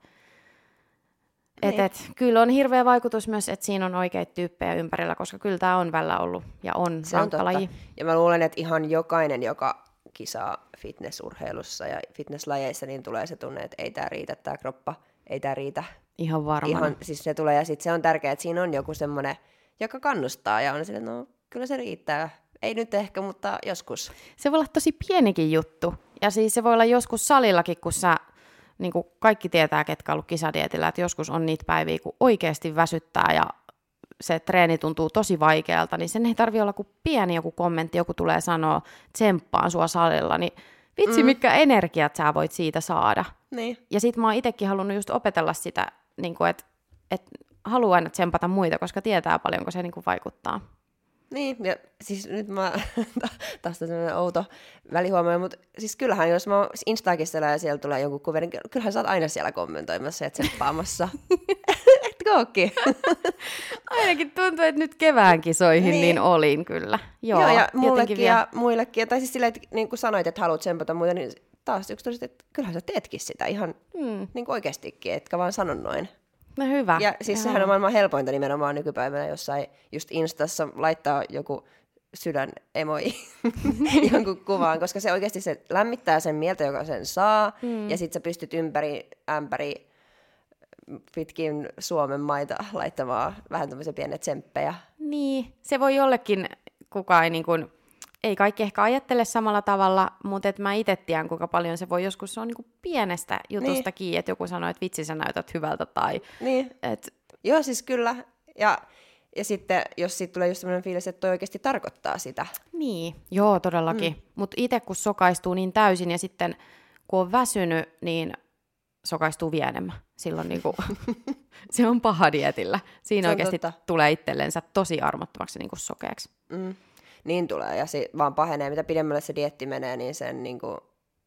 Et, et, kyllä on hirveä vaikutus myös, että siinä on oikeita tyyppejä ympärillä, koska kyllä tämä on välillä ollut ja on rankka laji. Ja mä luulen, että ihan jokainen, joka kisaa fitnessurheilussa ja fitnesslajeissa, niin tulee se tunne, että ei tämä riitä, tämä kroppa, ei tämä riitä. Ihan varmaan. Ihan, siis se tulee ja sitten se on tärkeää, että siinä on joku semmoinen, joka kannustaa ja on silleen, no kyllä se riittää. Ei nyt ehkä, mutta joskus. Se voi olla tosi pienikin juttu. Ja siis se voi olla joskus salillakin, kun sä niin kuin kaikki tietää, ketkä on ollut kisadietillä, että joskus on niitä päiviä, kun oikeasti väsyttää ja se treeni tuntuu tosi vaikealta, niin sen ei tarvitse olla kuin pieni joku kommentti, joku tulee sanoa tsemppaan sua salilla, niin vitsi, mm. mitkä energiat sä voit siitä saada. Niin. Ja sit mä oon itekin halunnut just opetella sitä, niin kuin, että, että haluaa aina tsempata muita, koska tietää paljonko se niin kuin vaikuttaa. Niin, ja siis nyt mä, taas on sellainen outo välihuomio, mutta siis kyllähän jos mä Instagissa ja siellä tulee jonkun kuverin, kyllähän sä oot aina siellä kommentoimassa ja tsemppaamassa. gokin. Ainakin tuntuu, että nyt kevään kisoihin niin, niin olin kyllä. Joo, Joo ja mullekin vielä... ja muillekin. Tai siis silleen, että niin kuin sanoit, että haluat tsempata muita, niin taas yksi tosiaan, että kyllähän sä teetkin sitä ihan hmm. niin kuin oikeastikin, etkä vaan sano noin. No hyvä. Ja siis Joo. sehän on maailman helpointa nimenomaan nykypäivänä jossain just Instassa laittaa joku sydän emoi jonkun kuvaan, koska se oikeasti se lämmittää sen mieltä, joka sen saa, hmm. ja sit sä pystyt ympäri ämpäri pitkin Suomen maita laittamaan vähän tämmöisiä pieniä tsemppejä. Niin, se voi jollekin, kuka ei niin kuin, ei kaikki ehkä ajattele samalla tavalla, mutta et mä itse tiedän, kuinka paljon se voi joskus, se on niin kuin pienestä jutusta niin. kiinni, että joku sanoo, että vitsi sä näytät hyvältä tai... Niin, et... joo siis kyllä, ja, ja sitten jos siitä tulee just sellainen fiilis, että toi oikeasti tarkoittaa sitä. Niin, joo todellakin, mm. mutta itse kun sokaistuu niin täysin ja sitten kun on väsynyt, niin sokaistuu vielä enemmän. Silloin niin kuin, se on paha dietillä. Siinä oikeasti totta. Tulee itsellensä tosi armottomaksi niin kuin sokeaksi. Mm. Niin tulee, ja se vaan pahenee. Mitä pidemmälle se dieetti menee, niin sen niin kuin,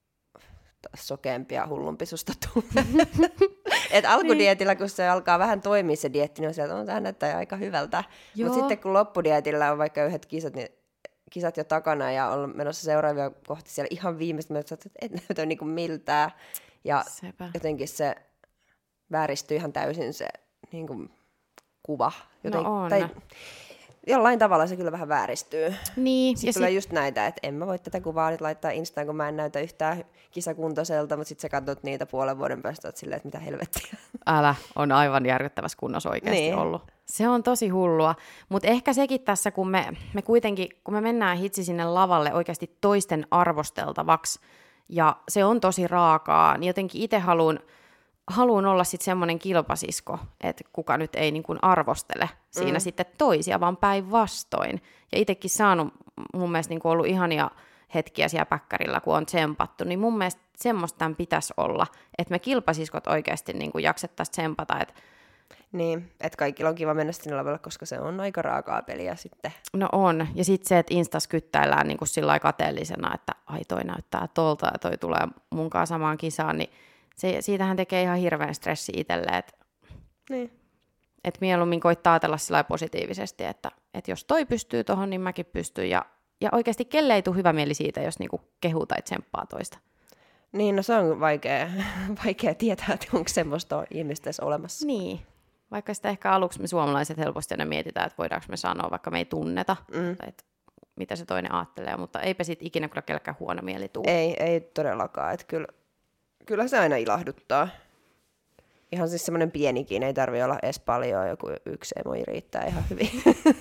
sokeampi ja hullumpi susta tulee. Et alkudietillä, kun se alkaa vähän toimia se dieetti, niin on sieltä, että tämä näyttää aika hyvältä. Mutta sitten kun loppudietillä on vaikka yhdet kisat, niin kisat jo takana ja on menossa seuraavia kohti siellä ihan viimeistä, että et näytä niin kuin miltään. Ja Sepä. jotenkin se vääristyy ihan täysin se niin kuin, kuva. Joten, no on. Tai, jollain tavalla se kyllä vähän vääristyy. Niin. Sitten tulee sit... just näitä, että en mä voi tätä kuvaa nyt laittaa Instaan, kun mä en näytä yhtään kisakuntoiselta, mutta sitten sä katsot niitä puolen vuoden päästä, että silleen, että mitä helvettiä. Älä, on aivan järkyttävässä kunnossa oikeasti niin. ollut. Se on tosi hullua, mutta ehkä sekin tässä, kun me, me kuitenkin, kun me mennään hitsi sinne lavalle oikeasti toisten arvosteltavaksi, ja se on tosi raakaa, niin jotenkin itse haluan haluan olla sitten semmoinen kilpasisko, että kuka nyt ei niin kuin arvostele siinä mm. sitten toisia, vaan päinvastoin. Ja itsekin saanut mun mielestä niin kuin ollut ihania hetkiä siellä päkkärillä, kun on tsempattu, niin mun mielestä semmoista tämän pitäisi olla, että me kilpasiskot oikeasti niin kuin jaksettaisiin tsempata. Että... Niin, että kaikilla on kiva mennä sinne lavalle, koska se on aika raakaa peliä sitten. No on, ja sitten se, että Instas kyttäillään niin kuin sillä lailla kateellisena, että ai toi näyttää tolta ja toi tulee munkaan samaan kisaan, niin se, siitähän tekee ihan hirveän stressi itselle, että niin. et mieluummin koittaa ajatella sillä positiivisesti, että et jos toi pystyy tohon, niin mäkin pystyn. Ja, ja oikeasti kelle ei tule hyvä mieli siitä, jos niinku kehuu tai tsemppaa toista. Niin, no se on vaikea, vaikea tietää, että onko semmoista ihmistä edes olemassa. Niin, vaikka sitä ehkä aluksi me suomalaiset helposti aina mietitään, että voidaanko me sanoa, vaikka me ei tunneta, mm. tai että mitä se toinen ajattelee, mutta eipä siitä ikinä kyllä kellekään huono mieli tule. Ei, ei todellakaan, että kyllä. Kyllä se aina ilahduttaa. Ihan siis semmoinen pienikin, ei tarvitse olla edes paljon, joku yksi emoji riittää ihan hyvin.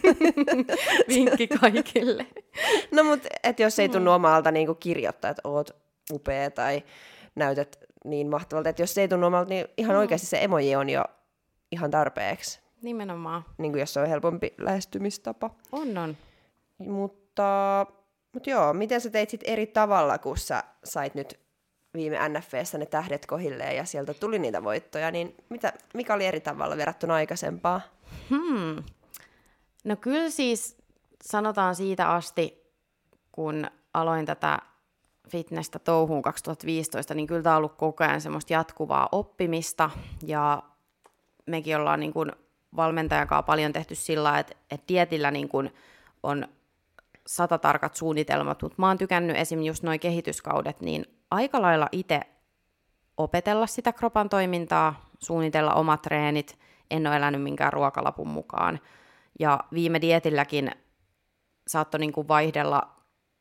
Vinkki kaikille. No mutta et jos ei tunnu omalta niin kirjoittaa, että oot upea tai näytät niin mahtavalta, että jos ei tunnu omalta, niin ihan mm. oikeasti se emoji on jo ihan tarpeeksi. Nimenomaan. Niin kuin jos se on helpompi lähestymistapa. On, on. Mutta, mutta joo, miten sä teit sit eri tavalla, kun sä sait nyt viime N F V:ssä ne tähdet kohilleen ja sieltä tuli niitä voittoja, niin mitä, mikä oli eri tavalla verrattuna aikaisempaa? Hmm. No kyllä siis sanotaan siitä asti, kun aloin tätä fitnessä touhuun kaksituhattaviisitoista, niin kyllä tämä on ollut koko ajan semmoista jatkuvaa oppimista ja mekin ollaan niin kuin valmentajan kanssa paljon tehty sillä, että, että dietillä niin kuin on sata tarkat suunnitelmat, mutta mä oon tykännyt esim. Just noi kehityskaudet, niin aika lailla itse opetella sitä kropan toimintaa, suunnitella omat treenit, en ole elänyt minkään ruokalapun mukaan. Ja viime dietilläkin saattoi niinku vaihdella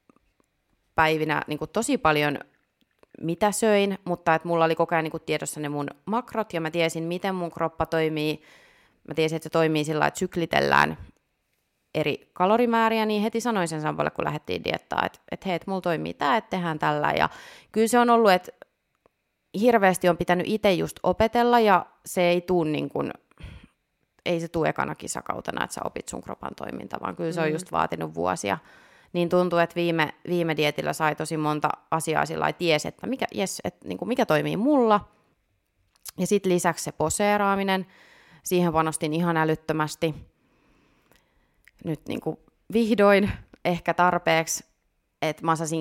päivinä niinku tosi paljon, mitä söin, mutta et mulla oli koko ajan niinku tiedossa ne mun makrot, ja mä tiesin, miten mun kroppa toimii. Mä tiesin, että se toimii sillä lailla, että syklitellään eri kalorimääriä, niin heti sanoin sen Sampalle, kun lähdettiin diettaan, että et hei, et mulla toimii tää, että tehdään tällä. Ja kyllä se on ollut, että hirveästi on pitänyt itse just opetella, ja se ei tuu niin kuin, ei se tuu ekana kisakautena, että sä opit sun kropan toiminta, vaan kyllä se on just vaatinut vuosia. Niin tuntuu, että viime, viime dietillä sai tosi monta asiaa sillä lailla, ties, että mikä, yes, että niin kuin mikä toimii mulla. Ja sitten lisäksi se poseeraaminen, siihen panostin ihan älyttömästi. Nyt niin kuin vihdoin ehkä tarpeeksi, että masasin,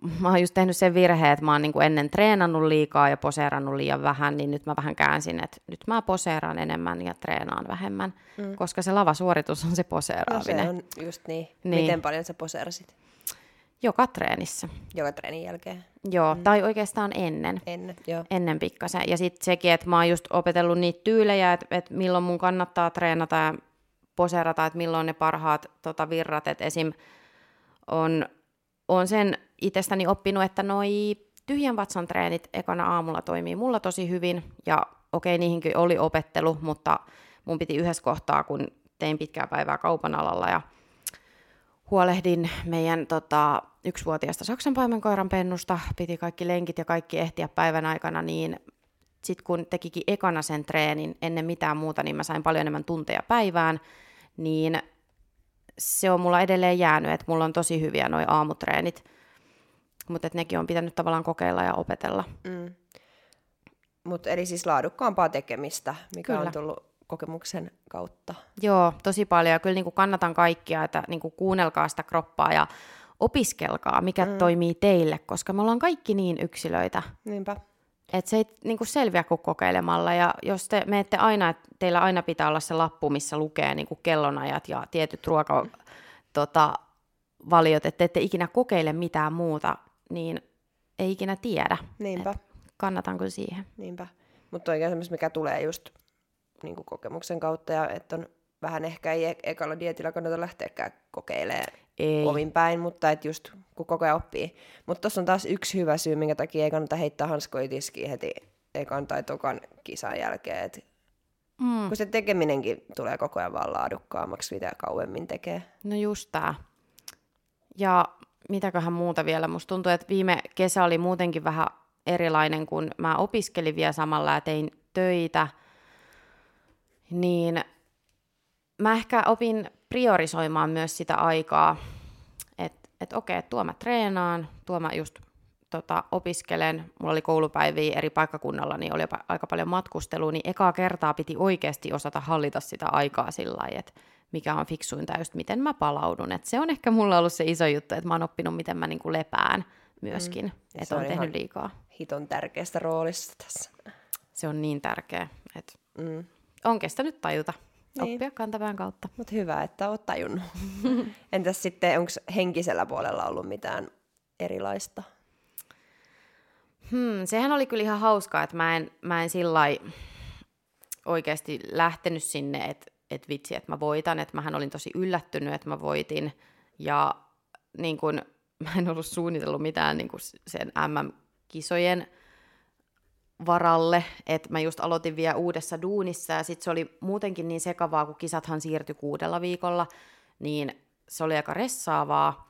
mä oon just tehnyt sen virheen, että mä oon niinku ennen treenannut liikaa ja poseerannut liian vähän, niin nyt mä vähän käänsin, että nyt mä poseeraan enemmän ja treenaan vähemmän, mm. koska se lavasuoritus on se poseeraaminen. No se on just niin. niin. Miten paljon sä poseerasit? Joka treenissä. Joka treenin jälkeen? Joo, mm. tai oikeastaan ennen. Ennen, joo. Ennen pikkasen. Ja sitten sekin, että mä oon just opetellut niitä tyylejä, että, että milloin mun kannattaa treenata ja poseerata, että milloin ne parhaat tota, virrat. Että esim. on, on sen itsestäni oppinut, että noi tyhjän vatsan treenit ekana aamulla toimii mulla tosi hyvin. Ja okei, niihinkin oli opettelu, mutta mun piti yhdessä kohtaa, kun tein pitkää päivää kaupan alalla ja huolehdin meidän tota, yksivuotiaasta saksanpaimenkoiran pennusta, piti kaikki lenkit ja kaikki ehtiä päivän aikana, niin sitten kun tekikin ekana sen treenin ennen mitään muuta, niin mä sain paljon enemmän tunteja päivään, niin se on mulla edelleen jäänyt, että mulla on tosi hyviä noi aamutreenit, mutta nekin on pitänyt tavallaan kokeilla ja opetella. Mm. Mutta eli siis laadukkaampaa tekemistä, mikä Kyllä. on tullut kokemuksen kautta. Joo, tosi paljon. Ja kyllä niin kuin kannatan kaikkia, että niin kuin kuunnelkaa sitä kroppaa ja opiskelkaa, mikä mm. toimii teille, koska me ollaan kaikki niin yksilöitä. Niinpä. Että se ei niin kuin selviä kuin kokeilemalla. Ja jos te menette aina, että teillä aina pitää olla se lappu, missä lukee niin kuin kellonajat ja tietyt ruokavaliot, tota, että ette ikinä kokeile mitään muuta, niin ei ikinä tiedä. Niinpä. Et kannatan kyllä siihen. Niinpä. Mutta oikein semmoista, mikä tulee just niin kuin kokemuksen kautta, ja että on vähän ehkä ei e- ekalla dietillä kannata lähteäkään kokeilemaan ei. Omin päin, mutta et just kun koko ajan oppii. Mutta tuossa on taas yksi hyvä syy, minkä takia ei kannata heittää hanskoja tiskiin heti ekan tai tokan kisan jälkeen. Et mm. Kun se tekeminenkin tulee koko ajan vaan laadukkaammaksi, mitä kauemmin tekee. No just tää. Ja mitäköhän muuta vielä? Musta tuntuu, että viime kesä oli muutenkin vähän erilainen, kun mä opiskelin vielä samalla ja tein töitä. Niin mä ehkä opin priorisoimaan myös sitä aikaa, että et okei, tuo mä treenaan, tuo mä just tota, opiskelen, mulla oli koulupäiviä eri paikkakunnalla, niin oli aika paljon matkustelua, niin ekaa kertaa piti oikeasti osata hallita sitä aikaa sillä lailla, että mikä on fiksuinta just miten mä palaudun. Et se on ehkä mulla ollut se iso juttu, että mä oon oppinut, miten mä niinku lepään myöskin, mm. että on, on tehnyt liikaa. Hiton tärkeästä roolista tässä. Se on niin tärkeä, että mm. on kestänyt tajuta. Niin. Oppia kantapään kautta. Mutta hyvä, että oot tajunnut. Entäs sitten, onko henkisellä puolella ollut mitään erilaista? Hmm, sehän oli kyllä ihan hauskaa, että mä en, mä en sillai oikeasti lähtenyt sinne, että et vitsi, että mä voitan. Että mähän olin tosi yllättynyt, että mä voitin. Ja niin kun, mä en ollut suunnitellut mitään niin kun sen äm äm-kisojen varalle, että mä just aloitin vielä uudessa duunissa ja sitten se oli muutenkin niin sekavaa, kun kisathan siirtyi kuudella viikolla, niin se oli aika ressaavaa,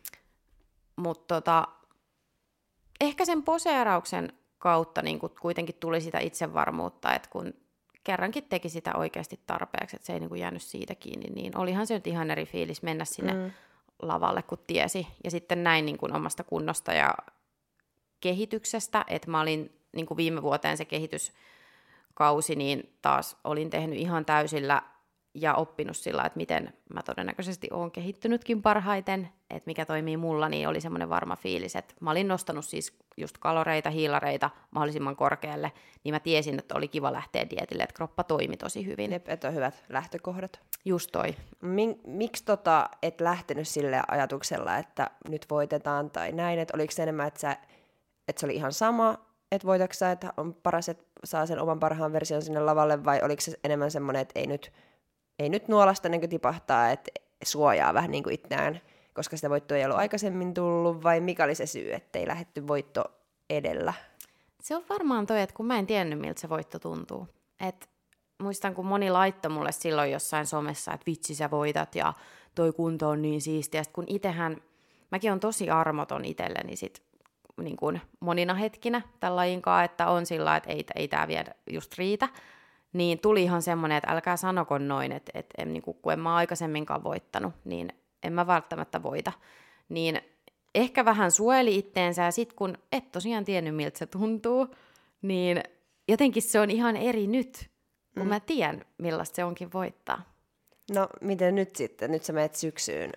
mutta tota, ehkä sen poseerauksen kautta niin kun kuitenkin tuli sitä itsevarmuutta, että kun kerrankin teki sitä oikeasti tarpeeksi, että se ei niin kun jäänyt siitä kiinni, niin olihan se nyt ihan eri fiilis mennä sinne mm. lavalle, kun tiesi, ja sitten näin niin kun omasta kunnosta ja kehityksestä, että mä olin niin kuin viime vuoteen se kehityskausi, niin taas olin tehnyt ihan täysillä ja oppinut sillä, että miten mä todennäköisesti oon kehittynytkin parhaiten, että mikä toimii mulla, niin oli semmoinen varma fiilis, että mä olin nostanut siis just kaloreita, hiilareita mahdollisimman korkealle, niin mä tiesin, että oli kiva lähteä dietille, että kroppa toimi tosi hyvin. Jep, että on hyvät lähtökohdat. Just toi. Mik, miksi tota, et lähtenyt sille ajatuksella, että nyt voitetaan tai näin, että oliko se enemmän, että, sä, että se oli ihan sama, että voitatko sä, että on paras, että saa sen oman parhaan version sinne lavalle, vai oliko se enemmän semmoinen, että ei nyt, ei nyt nuolasta niin kuin tipahtaa, että suojaa vähän niin kuin itseään, koska sitä voittoa ei ollut aikaisemmin tullut, vai mikä oli se syy, että ei lähdetty voitto edellä? Se on varmaan toi, että kun mä en tiennyt, miltä se voitto tuntuu. Et muistan, kun moni laittoi mulle silloin jossain somessa, että vitsi sä voitat ja toi kunto on niin siistiä. Sitten kun itehän, mäkin on tosi armoton itselleni sit niin kuin monina hetkinä tämän lajinkaan, että on sillä että ei, ei tämä vielä just riitä, niin tuli ihan semmoinen, että älkää sanoko noin, että, että en, niin kuin, kun en mä aikaisemminkaan voittanut, niin en mä välttämättä voita. Niin ehkä vähän suojeli itteensä, ja sitten kun et tosiaan tiennyt, miltä se tuntuu, niin jotenkin se on ihan eri nyt, kun mm. mä tiedän, millaista se onkin voittaa. No, miten nyt sitten? Nyt sä menet syksyyn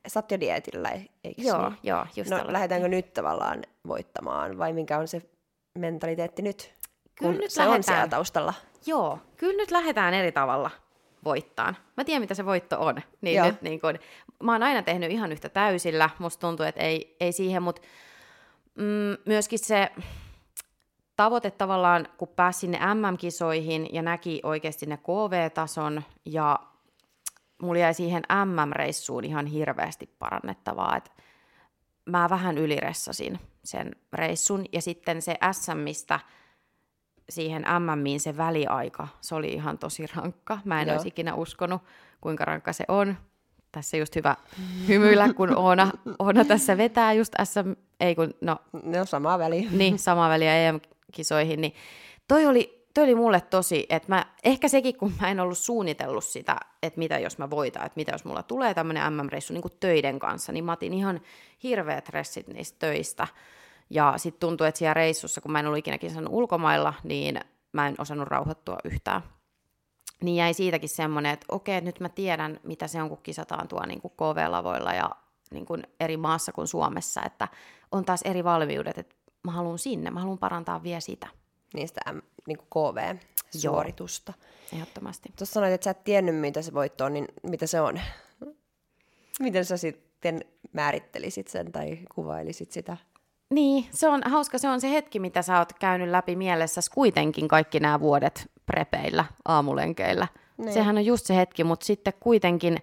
sä oot jo dietillä, eikö Joo, niin? joo, just No aloitettiin. lähdetäänkö nyt tavallaan voittamaan, vai mikä on se mentaliteetti nyt, Kyllä kun nyt se on lähdetään. siellä taustalla? Joo, kyllä nyt lähdetään eri tavalla voittaan. Mä tiedän, mitä se voitto on. Niin Joo. nyt, niin kun, mä oon aina tehnyt ihan yhtä täysillä. Musta tuntuu, että ei, ei siihen, mutta mm, myöskin se tavoite tavallaan, kun pääsi sinne M M-kisoihin ja näki oikeasti ne K V-tason ja mulla jäi siihen M M-reissuun ihan hirveästi parannettavaa, että mä vähän yliressasin sen reissun ja sitten se S M:istä siihen M Miin se väliaika, se oli ihan tosi rankka. Mä en Joo. olisi ikinä uskonut, kuinka rankka se on. Tässä just hyvä hymyillä, kun Oona, Oona tässä vetää just S M, ei kun, no Ne on samaa väliä. niin, samaa väliä E M-kisoihin, niin toi oli, toi oli mulle tosi, että mä, ehkä sekin, kun mä en ollut suunnitellut sitä, että mitä jos mä voitan, että mitä jos mulla tulee tämmöinen M M-reissu niin kuin töiden kanssa, niin mä otin ihan hirveät stressit niistä töistä. Ja sitten tuntui, että siellä reissussa, kun mä en ollut ikinä kisannut ulkomailla, niin mä en osannut rauhoittua yhtään. Niin jäi siitäkin semmoinen, että okei, nyt mä tiedän, mitä se on, kun kisataan tuo niin kuin K V-lavoilla ja niin kuin eri maassa kuin Suomessa, että on taas eri valmiudet, että mä haluan sinne, mä haluan parantaa vielä sitä. Niistä niin K V-suoritusta. Ehdottomasti. Tuossa sanoit, että sä et tiennyt, mitä se voitto on, niin mitä se on? Miten sä sitten määrittelisit sen tai kuvailisit sitä? Niin, se on hauska, se on se hetki, mitä sä oot käynyt läpi mielessäsi kuitenkin kaikki nämä vuodet prepeillä, aamulenkeillä. Niin. Sehän on just se hetki, mutta sitten kuitenkin,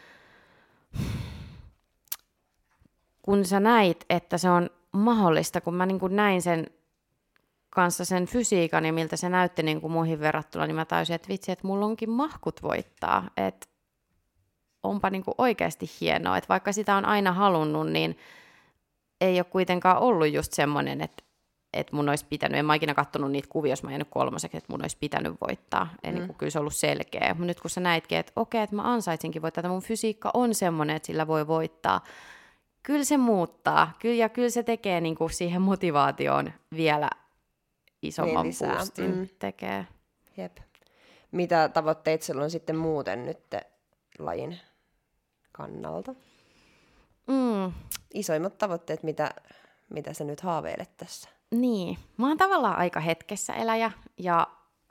kun sä näit, että se on mahdollista, kun mä niin kuin näin sen kanssa sen fysiikan ja miltä se näytti niin kuin muihin verrattuna, niin mä tajusin, että vitsi, että mulla onkin mahkut voittaa, että onpa niin kuin oikeasti hienoa, että vaikka sitä on aina halunnut, niin ei ole kuitenkaan ollut just semmoinen, että, että mun olisi pitänyt, en mä ikinä katsonut niitä kuvia, jos mä jäänyt kolmoseksi, että mun olisi pitänyt voittaa. Eli mm. kyllä se on ollut selkeä. Mutta nyt kun sä näitkin, että okei, että mä ansaitsinkin voittaa, että mun fysiikka on semmoinen, että sillä voi voittaa, kyllä se muuttaa. Kyllä, ja kyllä se tekee niin kuin siihen motivaatioon vielä isomman Niin boostin. Mm. Tekee. Jep. Mitä tavoitteet sulla on sitten muuten nyt lajin kannalta? Mm. Isoimmat tavoitteet, mitä, mitä sä nyt haaveilet tässä? Niin, mä oon tavallaan aika hetkessä eläjä, ja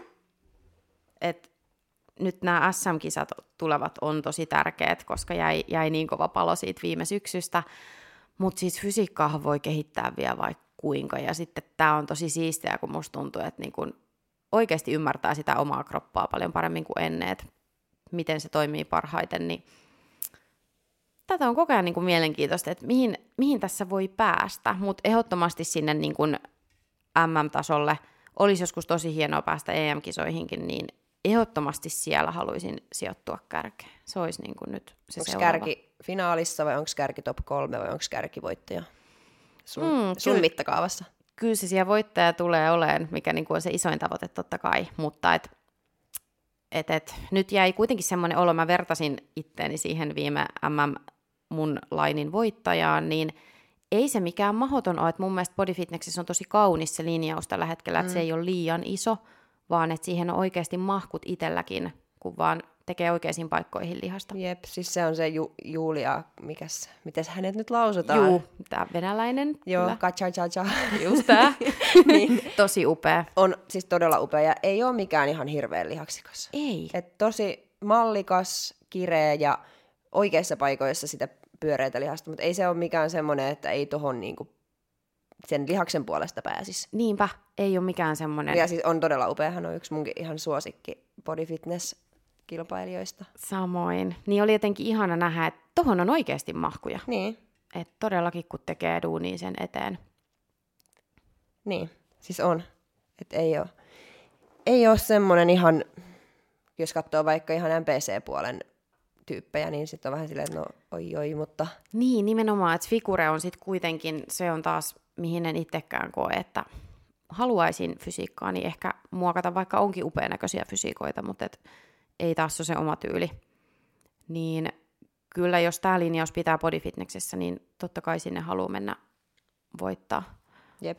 et nyt nämä S M-kisat tulevat on tosi tärkeät, koska jäi, jäi niin kova palo siitä viime syksystä, mutta siis fysiikkaahan voi kehittää vielä vaikka kuinka, ja sitten tämä on tosi siistiä, kun musta tuntuu, että niin kun oikeasti ymmärtää sitä omaa kroppaa paljon paremmin kuin ennen, että miten se toimii parhaiten, niin tätä on koko ajan niin kuin mielenkiintoista, että mihin, mihin tässä voi päästä, mutta ehdottomasti sinne niin kuin M M-tasolle olisi joskus tosi hienoa päästä E M-kisoihinkin, niin ehdottomasti siellä haluaisin sijoittua kärkeen. Se olisi niin kuin nyt se onko seuraava. Kärki finaalissa vai onko kärki top kolme vai onko kärki voittaja sun, Mm, sun kyllä. mittakaavassa? Kyllä se siellä voittaja tulee olemaan, mikä niin kuin on se isoin tavoite totta kai, mutta et, et, et, nyt jäi kuitenkin semmoinen olo, mä vertasin itteeni siihen viime M M mun lainin voittajaan, niin ei se mikään mahdoton ole, että mun mielestä Body Fitnessissä on tosi kaunis se linjaus tällä hetkellä, että mm. se ei ole liian iso, vaan että siihen on oikeasti mahkut itselläkin, kun vaan tekee oikeisiin paikkoihin lihasta. Jep, siis se on se Ju- Julia, mikäs, mites hänet nyt lausutaan? Juu, tää venäläinen. Joo, kacha cha cha. Just tää. niin. Tosi upea. On siis todella upea ja ei ole mikään ihan hirveän lihaksikas. Ei. Et tosi mallikas, kireä ja oikeissa paikoissa sitä pyöreitä lihasta, mutta ei se ole mikään semmoinen, että ei tohon niinku sen lihaksen puolesta pääsisi. Niinpä, ei ole mikään semmoinen. Ja siis on todella upea, hän on yksi munkin ihan suosikki body fitness kilpailijoista. Samoin. Niin oli jotenkin ihana nähdä, että tohon on oikeasti mahkuja. Niin. Että todellakin kun tekee duunia sen eteen. Niin, siis on. Että ei ole, ei ole semmoinen ihan, jos katsoo vaikka ihan M P C-puolen tyyppejä, niin sitten on vähän silleen, että no oi oi, mutta... Niin, nimenomaan, että figure on sitten kuitenkin, se on taas, mihin en itsekään koe, että haluaisin fysiikkaa, niin ehkä muokata, vaikka onkin upeanäköisiä fysiikoita, mutta et ei taas ole se oma tyyli. Niin kyllä, jos tämä linjaus pitää body fitnessissä, niin totta kai sinne haluaa mennä voittaa. Jep.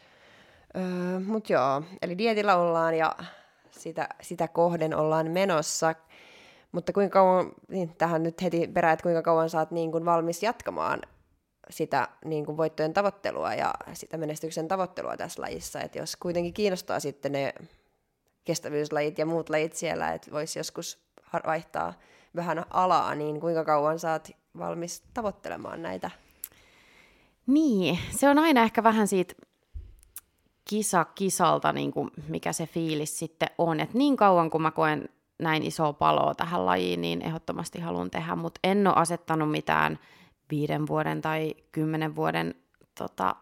Öö, mut joo, eli dietillä ollaan ja sitä, sitä kohden ollaan menossa. Mutta kuinka kauan, niin tähän nyt heti perään, että kuinka kauan sä oot niin kuin valmis jatkamaan sitä niin kuin voittojen tavoittelua ja sitä menestyksen tavoittelua tässä lajissa, että jos kuitenkin kiinnostaa sitten ne kestävyyslajit ja muut lajit siellä, että voisi joskus vaihtaa vähän alaa, niin kuinka kauan sä oot valmis tavoittelemaan näitä? Niin, se on aina ehkä vähän siitä kisa kisalta, niin kuin mikä se fiilis sitten on. Et niin kauan kun mä koen näin isoa paloa tähän lajiin, niin ehdottomasti haluan tehdä, mutta en ole asettanut mitään viiden vuoden tai kymmenen vuoden tota,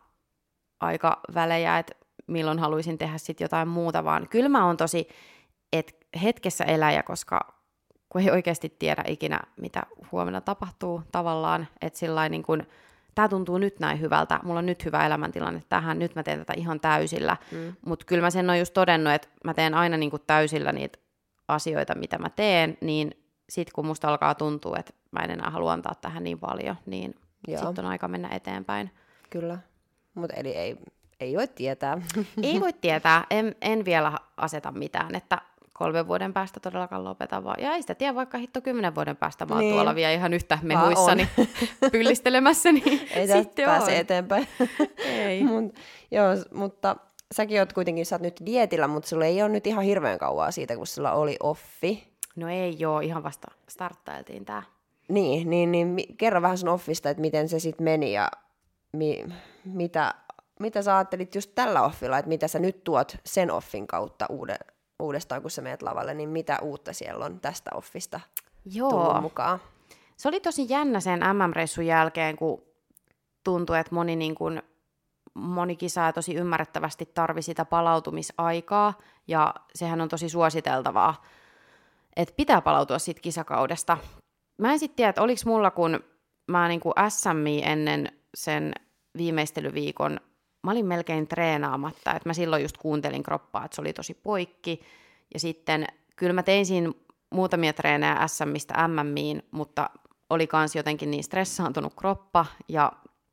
aikavälejä, että milloin haluaisin tehdä sitten jotain muuta, vaan kyllä mä oon tosi et hetkessä eläjä, koska kun ei oikeasti tiedä ikinä, mitä huomenna tapahtuu tavallaan, että sillain niin kun tämä tuntuu nyt näin hyvältä, mulla on nyt hyvä elämäntilanne tähän, nyt mä teen tätä ihan täysillä, mm. mutta kyllä mä sen oon just todennut, että mä teen aina niin kuin täysillä niitä asioita, mitä mä teen, niin sit kun musta alkaa tuntua, että mä en enää halua antaa tähän niin paljon, niin sitten on aika mennä eteenpäin. Kyllä, mutta eli ei, ei voi tietää. Ei voi tietää, en, en vielä aseta mitään, että kolmen vuoden päästä todellakaan lopetan vaan. Ja ei sitä tiedä, vaikka hitto kymmenen vuoden päästä mä oon niin. tuolla vielä ihan yhtä mehuissani pyllistelemässä, niin ei sitten pääse on. eteenpäin. Ei. Mut, joo, mutta säkin oot kuitenkin, sä oot nyt dietillä, mutta sulla ei ole nyt ihan hirveän kauaa siitä, kun sulla oli offi. No ei joo, ihan vasta starttailtiin tää. Niin, niin, niin kerro vähän sun offista, että miten se sitten meni ja mi, mitä, mitä sä ajattelit just tällä offilla, että mitä sä nyt tuot sen offin kautta uuden, uudestaan, kun sä menet lavalle, niin mitä uutta siellä on tästä offista Joo. tullut mukaan? Se oli tosi jännä sen M M-reissun jälkeen, kun tuntui, että moni, niin kun, moni kisaaja tosi ymmärrettävästi tarvi sitä palautumisaikaa, ja sehän on tosi suositeltavaa, että pitää palautua siitä kisakaudesta. Mä en sitten tiedä, että oliko mulla, kun mä niin kuin S M I ennen sen viimeistelyviikon, mä olin melkein treenaamatta, että mä silloin just kuuntelin kroppaa, että se oli tosi poikki, ja sitten kyllä mä tein siinä muutamia treenejä S M:istä M Miin, mutta oli kans jotenkin niin stressaantunut kroppa, ja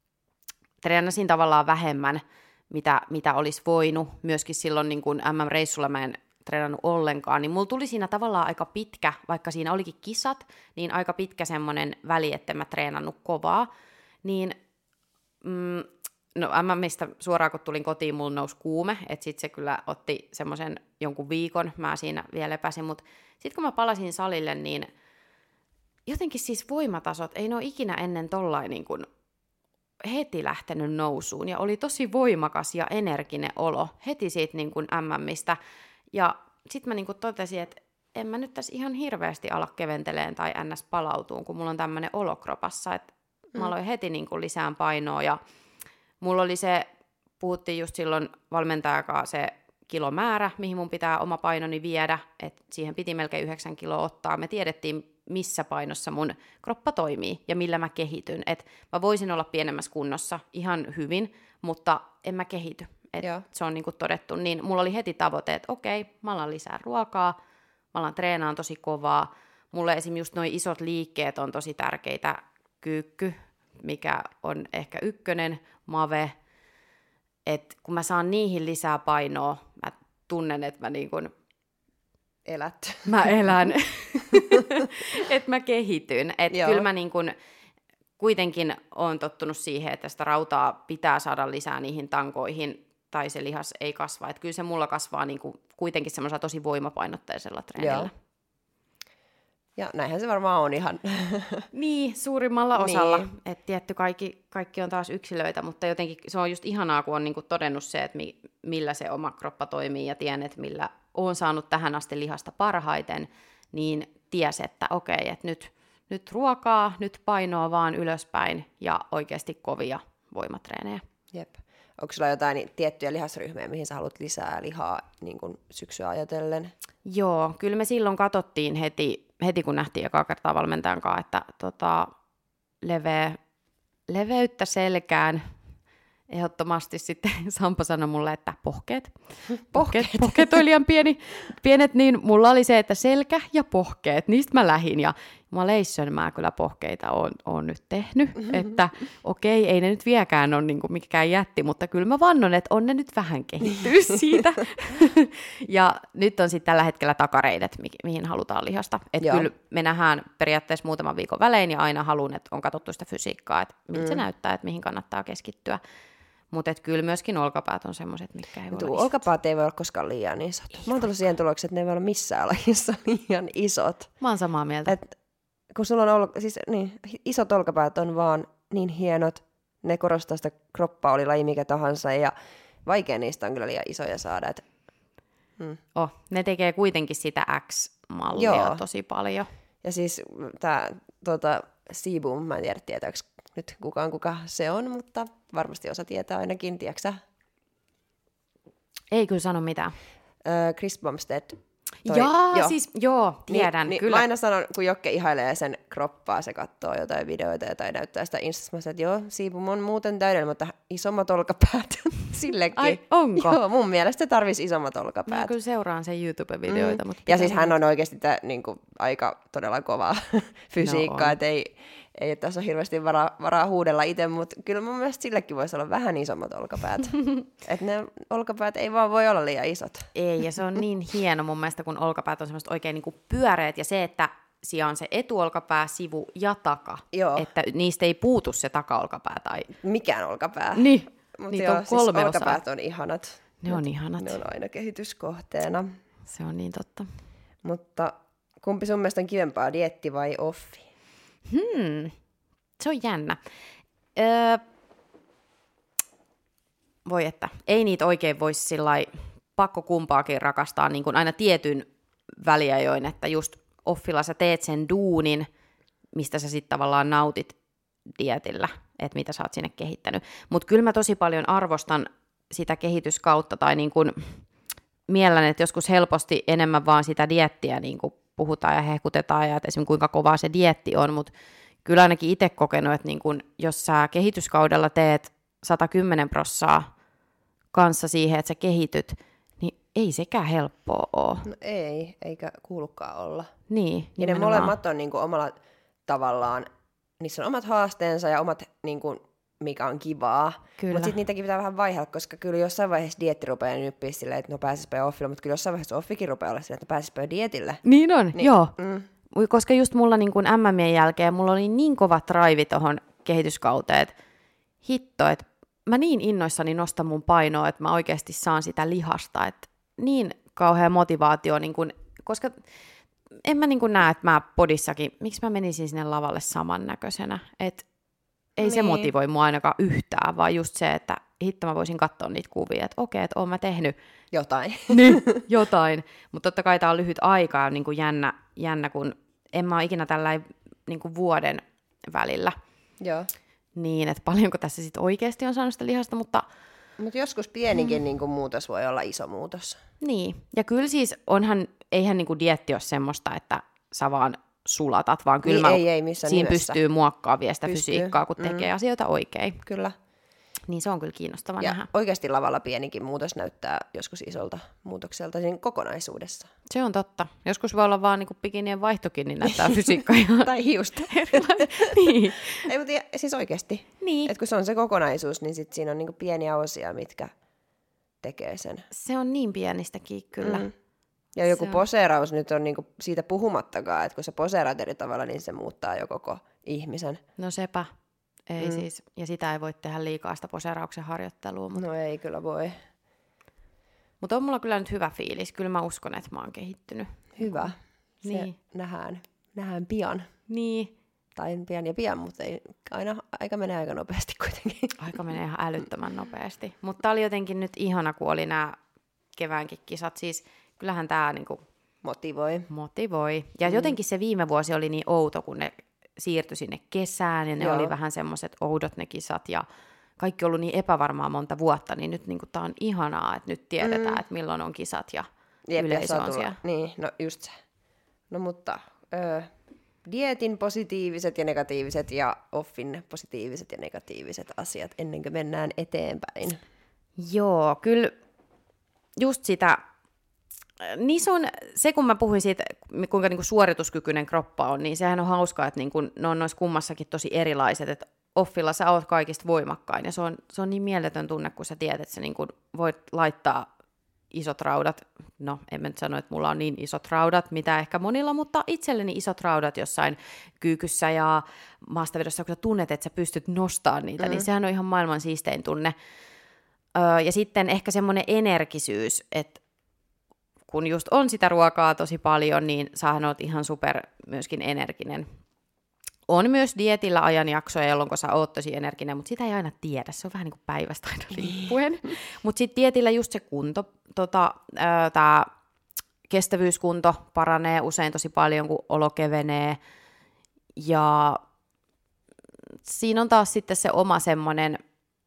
treenasin tavallaan vähemmän, mitä, mitä olisi voinut. Myöskin silloin niin kun M M-reissulla mä en treenannut ollenkaan, niin mulla tuli siinä tavallaan aika pitkä, vaikka siinä olikin kisat, niin aika pitkä semmoinen väli, että mä treenannut kovaa, niin mm, no M M:istä suoraan kun tulin kotiin, mulla nousi kuume, että sit se kyllä otti semmoisen jonkun viikon, mä siinä vielä lepäsin, mutta sit kun mä palasin salille, niin jotenkin siis voimatasot, ei ne ole ikinä ennen tollain niin kuin heti lähtenyt nousuun, ja oli tosi voimakas ja energinen olo heti siitä niin kuin M M:istä, ja sitten mä niin kuin totesin, että en mä nyt tässä ihan hirveästi ala keventeleen tai ns. Palautuun, kun mulla on tämmöinen olo kropassa, että mm. mä aloin heti niin kuin lisään painoa, ja mulla oli se, puhuttiin just silloin valmentajakaan se kilomäärä, mihin mun pitää oma painoni viedä, että siihen piti melkein yhdeksän kiloa ottaa. Me tiedettiin, missä painossa mun kroppa toimii ja millä mä kehityn. Et mä voisin olla pienemmässä kunnossa ihan hyvin, mutta en mä kehity. Et se on niinku todettu. Niin mulla oli heti tavoite, että okei, mä alan lisää ruokaa, mä alan treenaan tosi kovaa. Mulle esim. Just noi isot liikkeet on tosi tärkeitä. Kyykky, mikä on ehkä ykkönen, mave. Et kun mä saan niihin lisää painoa, mä tunnen, että mä niin kun elät. Mä elän. Että mä kehityn. Että kyllä mä niin kun kuitenkin oon tottunut siihen, että sitä rautaa pitää saada lisää niihin tankoihin, tai se lihas ei kasva. Että kyllä se mulla kasvaa niin kun kuitenkin semmoisella tosi voimapainotteisella treenillä. Joo. Ja näinhän se varmaan on ihan. Niin, suurimmalla osalla. Niin. Että tietty kaikki, kaikki on taas yksilöitä, mutta jotenkin se on just ihanaa, kun on niinku todennut se, että mi, millä se oma kroppa toimii ja tiedän, että millä on saanut tähän asti lihasta parhaiten, niin ties, että okei, että nyt, nyt ruokaa, nyt painoa vaan ylöspäin ja oikeasti kovia voimatreenejä. Jep. Onko sulla jotain tiettyjä lihasryhmiä, mihin sä haluat lisää lihaa niin kuin syksyä ajatellen? Joo, kyllä me silloin katsottiin heti, heti kun nähtiin ekaa kertaa valmentajan kanssa, että tota, leveä, leveyttä selkään. Ehdottomasti sitten Sampo sanoi mulle, että pohkeet. Pohkeet, pohkeet oli liian pieni, pienet, niin mulla oli se, että selkä ja pohkeet, niistä mä lähin. Ja Malaysian mä kyllä pohkeita oon, oon nyt tehnyt, että okei, ei ne nyt vieläkään ole niin kuin mikään jätti, mutta kyllä mä vannon, että on ne nyt vähän kehittynyt siitä. Ja nyt on sitten tällä hetkellä takareidet, mi- mihin halutaan lihasta. Että kyllä me nähdään periaatteessa muutaman viikon välein ja aina haluan, että on katsottu sitä fysiikkaa, että miltä mm. se näyttää, että mihin kannattaa keskittyä. Mutta kyllä myöskin olkapäät on semmoiset, mitkä ei voi olla isot. Olkapäät ei voi olla koskaan liian isot. Ei mä oon tullut siihen tulokseen, että ne ei voi olla missään lajissa liian isot. Mä oon samaa mieltä. Et, kun sulla on ol, siis, niin, isot olkapäät on vaan niin hienot, ne korostaa sitä kroppaa, oli laji mikä tahansa, ja vaikea niistä on kyllä liian isoja saada. Et, hmm. oh, ne tekee kuitenkin sitä X-mallia Joo. tosi paljon. Ja siis tää tuota, Seaboom, mä en tiedä tietääkö nyt kukaan kuka se on, mutta varmasti osa tietää ainakin, tiedätkö sä? Ei kyllä sano mitään. Öö, Chris Bumstead. Toi, Jaa, joo. siis joo, tiedän, niin, kyllä. Mä aina sanon, kun Jokke ihailee sen kroppaa, se katsoo jotain videoita tai näyttää sitä Instassa, että joo, Seaboom on muuten täydellinen, mutta isommat olkapäät sillekin. Ai, onko? Joo, mun mielestä tarvitsisi isommat olkapäät. Mä kyllä seuraan sen YouTube-videoita. Mm. Mutta ja siis hän on oikeasti tää, niin kuin, aika todella kovaa fysiikkaa, no että ei, ei tässä ole hirveästi varaa, varaa huudella itse, mutta kyllä mun mielestä sillekin voisi olla vähän isommat olkapäät. Että ne olkapäät ei vaan voi olla liian isot. Ei, ja se on niin hieno mun mielestä, kun olkapäät on semmoista oikein niin kuin pyöreät, ja se, että sijaan se etuolkapää, sivu ja taka. Joo. Että niistä ei puutu se takaolkapää. Tai mikään olkapää. Niin, Mut niitä joo, on kolme siis osaa. olkapäät on ihanat. Ne on ihanat. Ne on aina kehityskohteena. Se on niin totta. Mutta kumpi sun mielestä on kivempaa, dieetti vai offi? Hmm, se on jännä. Öö, voi että, ei niitä oikein voisi sillai pakko kumpaakin rakastaa niin kuin aina tietyn väliajoin, että just offilla sä teet sen duunin, mistä sä sitten tavallaan nautit dietillä, että mitä sä oot sinne kehittänyt. Mutta kyllä mä tosi paljon arvostan sitä kehityskautta tai niin kuin miellän, että joskus helposti enemmän vaan sitä diettiä niin kuin puhutaan ja hehkutetaan ja että esimerkiksi kuinka kovaa se dieetti on, mutta kyllä ainakin itse kokenut, että niin kun, jos sä kehityskaudella teet sata kymmenen prossaa kanssa siihen, että sä kehityt, niin ei sekään helppoa ole. No ei, eikä kuulukaan olla. Niin, ja ne molemmat on niin kuin omalla tavallaan, niissä on omat haasteensa ja omat, niin kuin, mikä on kivaa. Mutta sitten niitäkin pitää vähän vaihella, koska kyllä jossain vaiheessa dieetti rupeaa nyppiä silleen, että no pääsispä jo offille, mutta kyllä jossain vaiheessa offikin rupeaa olla silleen, että no pääsispä jo dietille. Niin on, niin, joo. Mm. Koska just mulla niin kuin M M:ien jälkeen mulla oli niin kova drive tohon kehityskauteen, että hitto, että mä niin innoissani nostan mun painoa, että mä oikeasti saan sitä lihasta, että niin kauhea motivaatio, niin kuin, koska en mä niin kuin näe, että mä podissakin, miksi mä menisin sinne lavalle samannäköisenä, että ei niin. Se motivoi mua ainakaan yhtään, vaan just se, että hitto mä voisin katsoa niitä kuvia, että okei, että oon mä tehnyt jotain. Niin, jotain, mutta totta kai tää on lyhyt aika ja niin kuin jännä, jännä, kun en mä ole ikinä tällainen niin kuin vuoden välillä. Joo. Niin, että paljonko tässä sitten oikeasti on saanut sitä lihasta, mutta Mutta joskus pienikin mm. niin kuin muutos voi olla iso muutos. Niin, ja kyllä siis onhan, eihän niin kuin dieetti ole semmoista, että sä vaan sulatat, vaan kyllä niin, mä, ei, ei siinä nimessä. Pystyy muokkaamaan vielä sitä pystyy. fysiikkaa, kun tekee mm. asioita oikein. Kyllä. Niin se on kyllä kiinnostavaa ja nähdä. Oikeasti lavalla pienikin muutos näyttää joskus isolta muutokselta siinä kokonaisuudessa. Se on totta. Joskus voi olla vaan niin bikinien vaihtokin, niin näyttää fysiikkaa ihan tai hiusta. niin. Ei, mutta siis oikeasti. Niin. Et kun se on se kokonaisuus, niin sit siinä on niin pieniä osia, mitkä tekee sen. Se on niin pienistäkin kyllä. Mm. Ja joku poseeraus nyt on niin siitä puhumattakaan, että kun sä poseeraat eri tavalla, niin se muuttaa jo koko ihmisen. No sepä. Ei mm. siis, ja sitä ei voi tehdä liikaa sitä poseerauksen harjoittelua. Mutta... No ei kyllä voi. Mutta on mulla kyllä nyt hyvä fiilis. Kyllä mä uskon, että mä oon kehittynyt. Hyvä. Se niin. nähdään, nähdään pian. Niin. Tai pian ja pian, mutta ei, aina, aika menee aika nopeasti kuitenkin. Aika menee ihan älyttömän nopeasti. Mutta tää oli jotenkin nyt ihana, kun oli nämä keväänkin kisat. Siis kyllähän tää niinku... Motivoi. Motivoi. Ja mm. jotenkin se viime vuosi oli niin outo, kun ne siirtyi sinne kesään, ja ne Joo. oli vähän semmoiset oudot ne kisat, ja kaikki on ollut niin epävarmaa monta vuotta, niin nyt niin tämä on ihanaa, että nyt tiedetään, mm. että milloin on kisat, ja Jep, yleisö on siellä. Niin, no just se. No mutta, ö, dieetin positiiviset ja negatiiviset, ja offin positiiviset ja negatiiviset asiat, ennen kuin mennään eteenpäin. Joo, kyllä just sitä niissä on, se kun mä puhuin siitä, kuinka niinku suorituskykyinen kroppa on, niin sehän on hauskaa, että niinku, ne on noissa kummassakin tosi erilaiset, että offilla sä oot kaikista voimakkain, ja se on, se on niin mieletön tunne, kun sä tiedät, että sä niinku voit laittaa isot raudat, no en mä nyt sano, että mulla on niin isot raudat, mitä ehkä monilla, mutta itselleni isot raudat jossain kyykyssä ja maastavedossa, kun sä tunnet, että sä pystyt nostamaan niitä, mm. niin sehän on ihan maailman siistein tunne. Öö, ja sitten ehkä semmoinen energisyys, että kun just on sitä ruokaa tosi paljon, niin sähän oot ihan super myöskin energinen. On myös dietillä ajanjaksoja, jolloin sä oot tosi energinen, mutta sitä ei aina tiedä. Se on vähän niin kuin päivästä aina riippuen. Mutta sitten dietillä just se kunto, tota, tämä kestävyyskunto paranee usein tosi paljon, kun olo kevenee. Ja siinä on taas sitten se oma semmoinen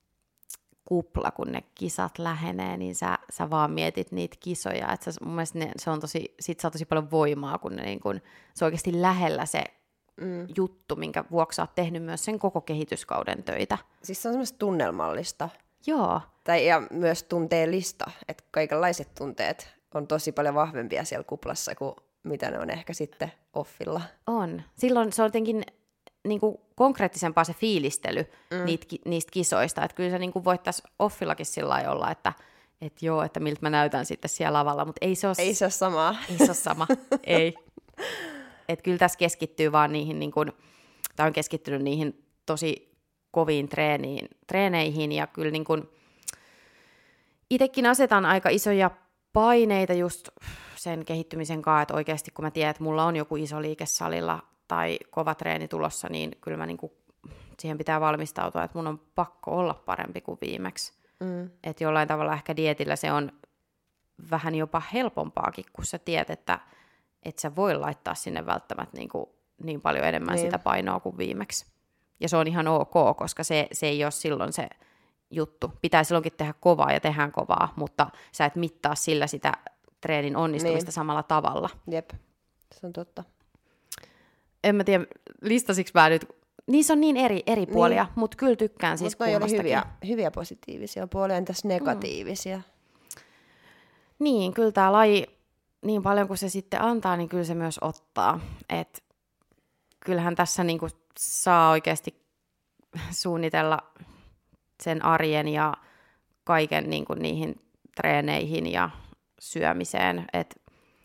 kupla, kun ne kisat lähenee, niin sä, sä vaan mietit niitä kisoja. Et sä, mun mielestä ne, se on tosi, sit saa tosi paljon voimaa, kun ne niin kun, se on oikeasti lähellä se mm. juttu, minkä vuoksi sä oot tehnyt myös sen koko kehityskauden töitä. Siis se on semmoista tunnelmallista. Joo. Tai, ja myös tunteellista, että kaikenlaiset tunteet on tosi paljon vahvempia siellä kuplassa kuin mitä ne on ehkä sitten offilla. On. Silloin se on jotenkin niin kuin konkreettisempaa se fiilistely mm. niitä, niistä kisoista. Että kyllä se niin kuin voittaisi offillakin sillä lailla olla, että et joo, että miltä mä näytän sitten siellä lavalla, mutta ei se ole, ei se ole samaa. Ei se ole sama, ei. Että kyllä tässä keskittyy vaan niihin, niin kuin, tai on keskittynyt niihin tosi koviin treeniin, treeneihin, ja kyllä niin kuin itsekin asetan aika isoja paineita just sen kehittymisen kanssa, että oikeasti kun mä tiedän, että mulla on joku iso liike salilla tai kova treeni tulossa, niin kyllä mä niin kuin siihen pitää valmistautua, että mun on pakko olla parempi kuin viimeksi. Mm. Että jollain tavalla ehkä dietillä se on vähän jopa helpompaakin, kun sä tiedät, että et sä voi laittaa sinne välttämättä niin, kuin niin paljon enemmän niin. sitä painoa kuin viimeksi. Ja se on ihan ok, koska se, se ei ole silloin se juttu. Pitää silloinkin tehdä kovaa ja tehdään kovaa, mutta sä et mittaa sillä sitä treenin onnistumista niin. samalla tavalla. Jep, se on totta. En mä tiedä, listasiksi mä nyt, niissä on niin eri, eri puolia, niin. mutta kyllä tykkään siis kummastakin. Mutta oli hyviä, hyviä positiivisia puolia, entäs negatiivisia? Mm. Niin, kyllä tämä laji, niin paljon kuin se sitten antaa, niin kyllä se myös ottaa. Et kyllähän tässä niinku saa oikeasti suunnitella sen arjen ja kaiken niinku niihin treeneihin ja syömiseen. Et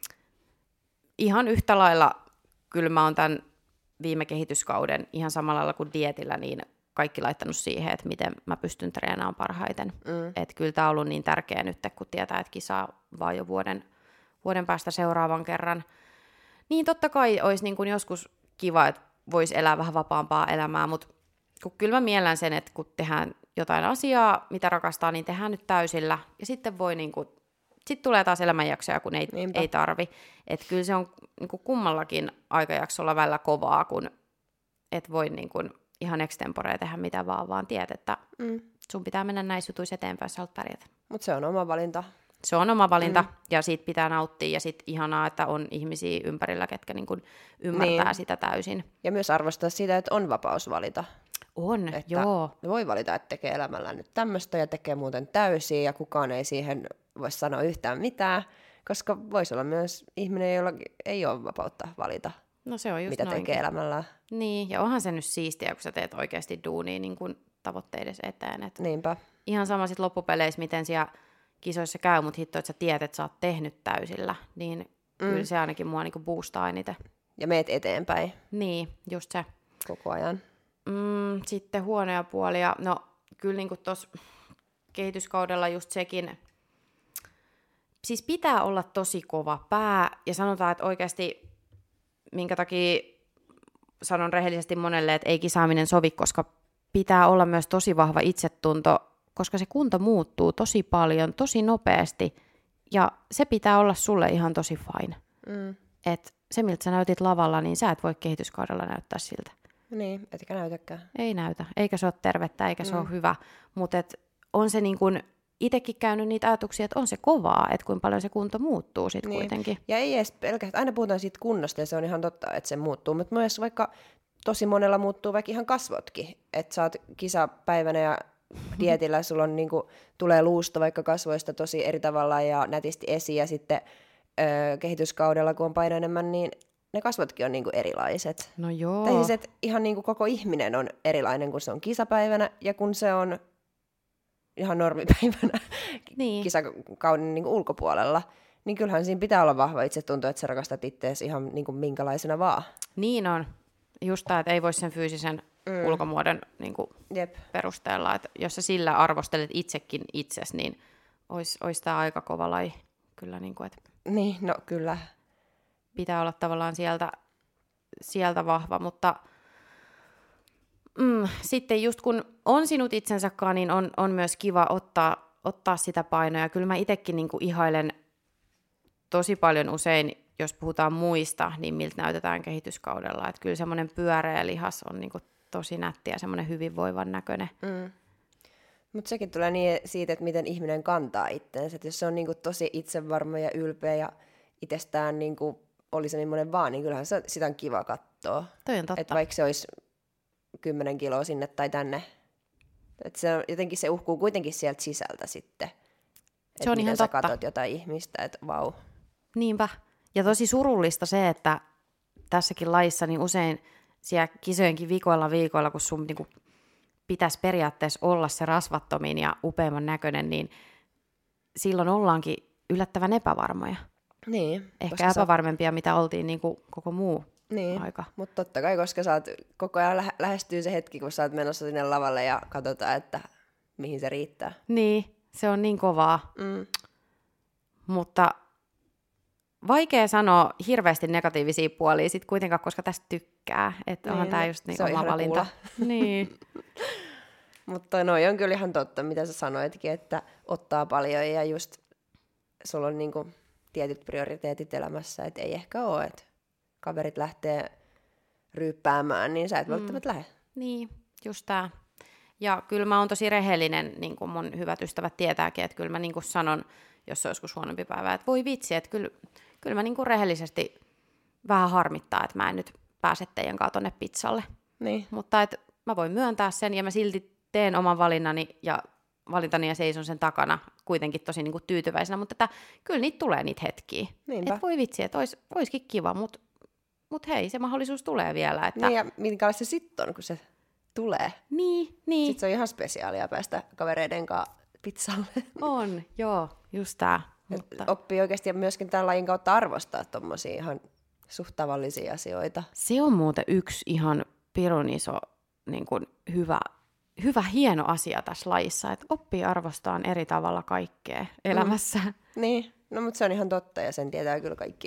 ihan yhtä lailla kyllä mä oon tämän viime kehityskauden ihan samalla lailla kuin dietillä, niin kaikki laittanut siihen, että miten mä pystyn treenaamaan parhaiten. Mm. Että kyllä tämä on ollut niin tärkeä nyt, kun tietää, että kisaa vaan jo vuoden, vuoden päästä seuraavan kerran. Niin totta kai olisi niin kuin joskus kiva, että voisi elää vähän vapaampaa elämää, mutta kun kyllä mä miellän sen, että kun tehdään jotain asiaa, mitä rakastaa, niin tehdään nyt täysillä. Ja sitten voi niin kuin, sitten tulee taas elämänjaksoja, kun ei, ei tarvi. Että kyllä se on niin kuin kummallakin aikajaksolla välillä kovaa, kun et voi niin kuin ihan extemporea tehdä mitä vaan, vaan tiedät, että mm. sun pitää mennä näissä jutuissa eteenpäin, jos haluat pärjätä. Mutta se on oma valinta. Se on oma valinta, mm. ja siitä pitää nauttia, ja sitten ihanaa, että on ihmisiä ympärillä, ketkä niin kuin ymmärtää niin. sitä täysin. Ja myös arvostaa sitä, että on vapaus valita. On, että joo. voi valita, että tekee elämällään nyt tämmöistä, ja tekee muuten täysin, ja kukaan ei siihen voi sanoa yhtään mitään, koska voisi olla myös ihminen, jolla ei ole vapautta valita. No se on just mitä noinkin. Tekee elämällään. Niin, ja onhan se nyt siistiä, kun sä teet oikeasti duunia niin kuin tavoitteiden eteen. Et Niinpä. Ihan sama sit loppupeleissä, miten siellä kisoissa käy, mutta hitto, että sä tiedät, että sä oot tehnyt täysillä, niin mm. kyllä se ainakin mua niinku boostaa eniten. Ja meet eteenpäin. Niin, just se. Koko ajan. Mm, sitten huonoja puolia. No, kyllä niinku tuossa kehityskaudella just sekin, siis pitää olla tosi kova pää, ja sanotaan, että oikeasti minkä takia sanon rehellisesti monelle, että ei kisaaminen sovi, koska pitää olla myös tosi vahva itsetunto, koska se kunto muuttuu tosi paljon, tosi nopeasti, ja se pitää olla sulle ihan tosi fine. Mm. Että se, miltä sä näytit lavalla, niin sä et voi kehityskaudella näyttää siltä. Niin, etkä näytäkään. Ei näytä, eikä se ole tervettä, eikä mm. se ole hyvä, mutta on se niin kuin itsekin käynyt niitä ajatuksia, että on se kovaa, että kuinka paljon se kunto muuttuu sitten niin. kuitenkin. Ja ei edes pelkästään, aina puhutaan siitä kunnosta ja se on ihan totta, että se muuttuu, mutta myös vaikka tosi monella muuttuu vaikka ihan kasvotkin, että sä oot kisapäivänä ja dietillä sulla on, niin kuin, tulee luusto vaikka kasvoista tosi eri tavalla ja nätisti esiin ja sitten öö, kehityskaudella, kun on paino enemmän, niin ne kasvotkin on niinku erilaiset. No joo. Tai siis, että ihan niinku koko ihminen on erilainen, kun se on kisapäivänä ja kun se on ihan normipäivänä niin. kisakauden niinku ulkopuolella. Niin kyllähän siinä pitää olla vahva itsetunto, että sä rakastat itseäsi ihan niinku minkälaisena vaan. Niin on. Just tämä, että ei voi sen fyysisen mm. ulkomuodon niinku perusteella. Että jos sä sillä arvostelet itsekin itsesi, niin olisi, olisi tämä aika kova laji. Kyllä, niinku, että niin, no kyllä. Pitää olla tavallaan sieltä, sieltä vahva, mutta mm, sitten just kun on sinut itsensäkaan, niin on, on myös kiva ottaa, ottaa sitä painoa. Ja kyllä mä itsekin niinku ihailen tosi paljon usein, jos puhutaan muista, niin miltä näytetään kehityskaudella. Että kyllä semmoinen pyöreä lihas on niinku tosi nätti ja semmoinen hyvinvoivan näköinen. Mm. Mutta sekin tulee niin siitä, että miten ihminen kantaa itseensä. Että jos se on niinku tosi itsevarma ja ylpeä ja itsestään niinku oli se millainen vaan, niin kyllähän se, sitä on kiva katsoa. Toi on totta. Että vaikka se olisi kymmenen kiloa sinne tai tänne. Että se on, jotenkin se uhkuu kuitenkin sieltä sisältä sitten. Se on ihan sä totta. katot jotain ihmistä, että vau. Niinpä. Ja tosi surullista se, että tässäkin lajissa niin usein siellä kisojenkin viikoilla viikoilla, kun sun niin kuin pitäisi periaatteessa olla se rasvattomin ja upeimman näköinen, niin silloin ollaankin yllättävän epävarmoja. Niin. Ehkä epävarmempia, sä... mitä oltiin niin kuin koko muu niin. aika. Mutta totta kai, koska sä oot, koko ajan lä- lähestyy se hetki, kun sä oot menossa sinne lavalle ja katsotaan, että mihin se riittää. Niin, se on niin kovaa. Mm. Mutta vaikea sanoa hirveästi negatiivisia puolia sit kuitenkaan, koska tästä tykkää. Että niin, onhan tämä just niin oma valinta. Niin. Mutta noi on kyllä ihan totta, mitä sä sanoitkin, että ottaa paljon ja just sulla on niinku tietyt prioriteetit elämässä, että ei ehkä ole, että kaverit lähtee ryyppäämään, niin sä et välttämättä mm. lähde. Niin, just tää. Ja kyllä mä oon tosi rehellinen, niin kuin mun hyvät ystävät tietääkin, että kyllä mä niin kuin sanon, jos on joskus huonompi päivä, että voi vitsi, että kyllä, kyllä mä niin kuin rehellisesti vähän harmittaa, että mä en nyt pääse teidän kanssa tonne pizzalle. Niin. Mutta että mä voin myöntää sen ja mä silti teen oman valinnani ja valintani ja seison sen takana kuitenkin tosi niin kuin tyytyväisenä, mutta että kyllä niitä tulee niitä hetkiä. Että voi vitsi, että ois, oiskin kiva, mutta mut hei, se mahdollisuus tulee vielä. Että... Niin ja minkälaista se sitten on, kun se tulee. Niin, niin. Sitten se on ihan spesiaalia päästä kavereiden kanssa pizzalle. On, joo, just tää. Mutta... Oppii oikeasti myöskin tämän lajin kautta arvostaa tommosia ihan suht tavallisia asioita. Se on muuten yksi ihan pirun iso niin kuin hyvä, hyvä, hieno asia tässä lajissa, että oppii arvostamaan eri tavalla kaikkea elämässä. Mm. Niin, no mutta se on ihan totta ja sen tietää kyllä kaikki,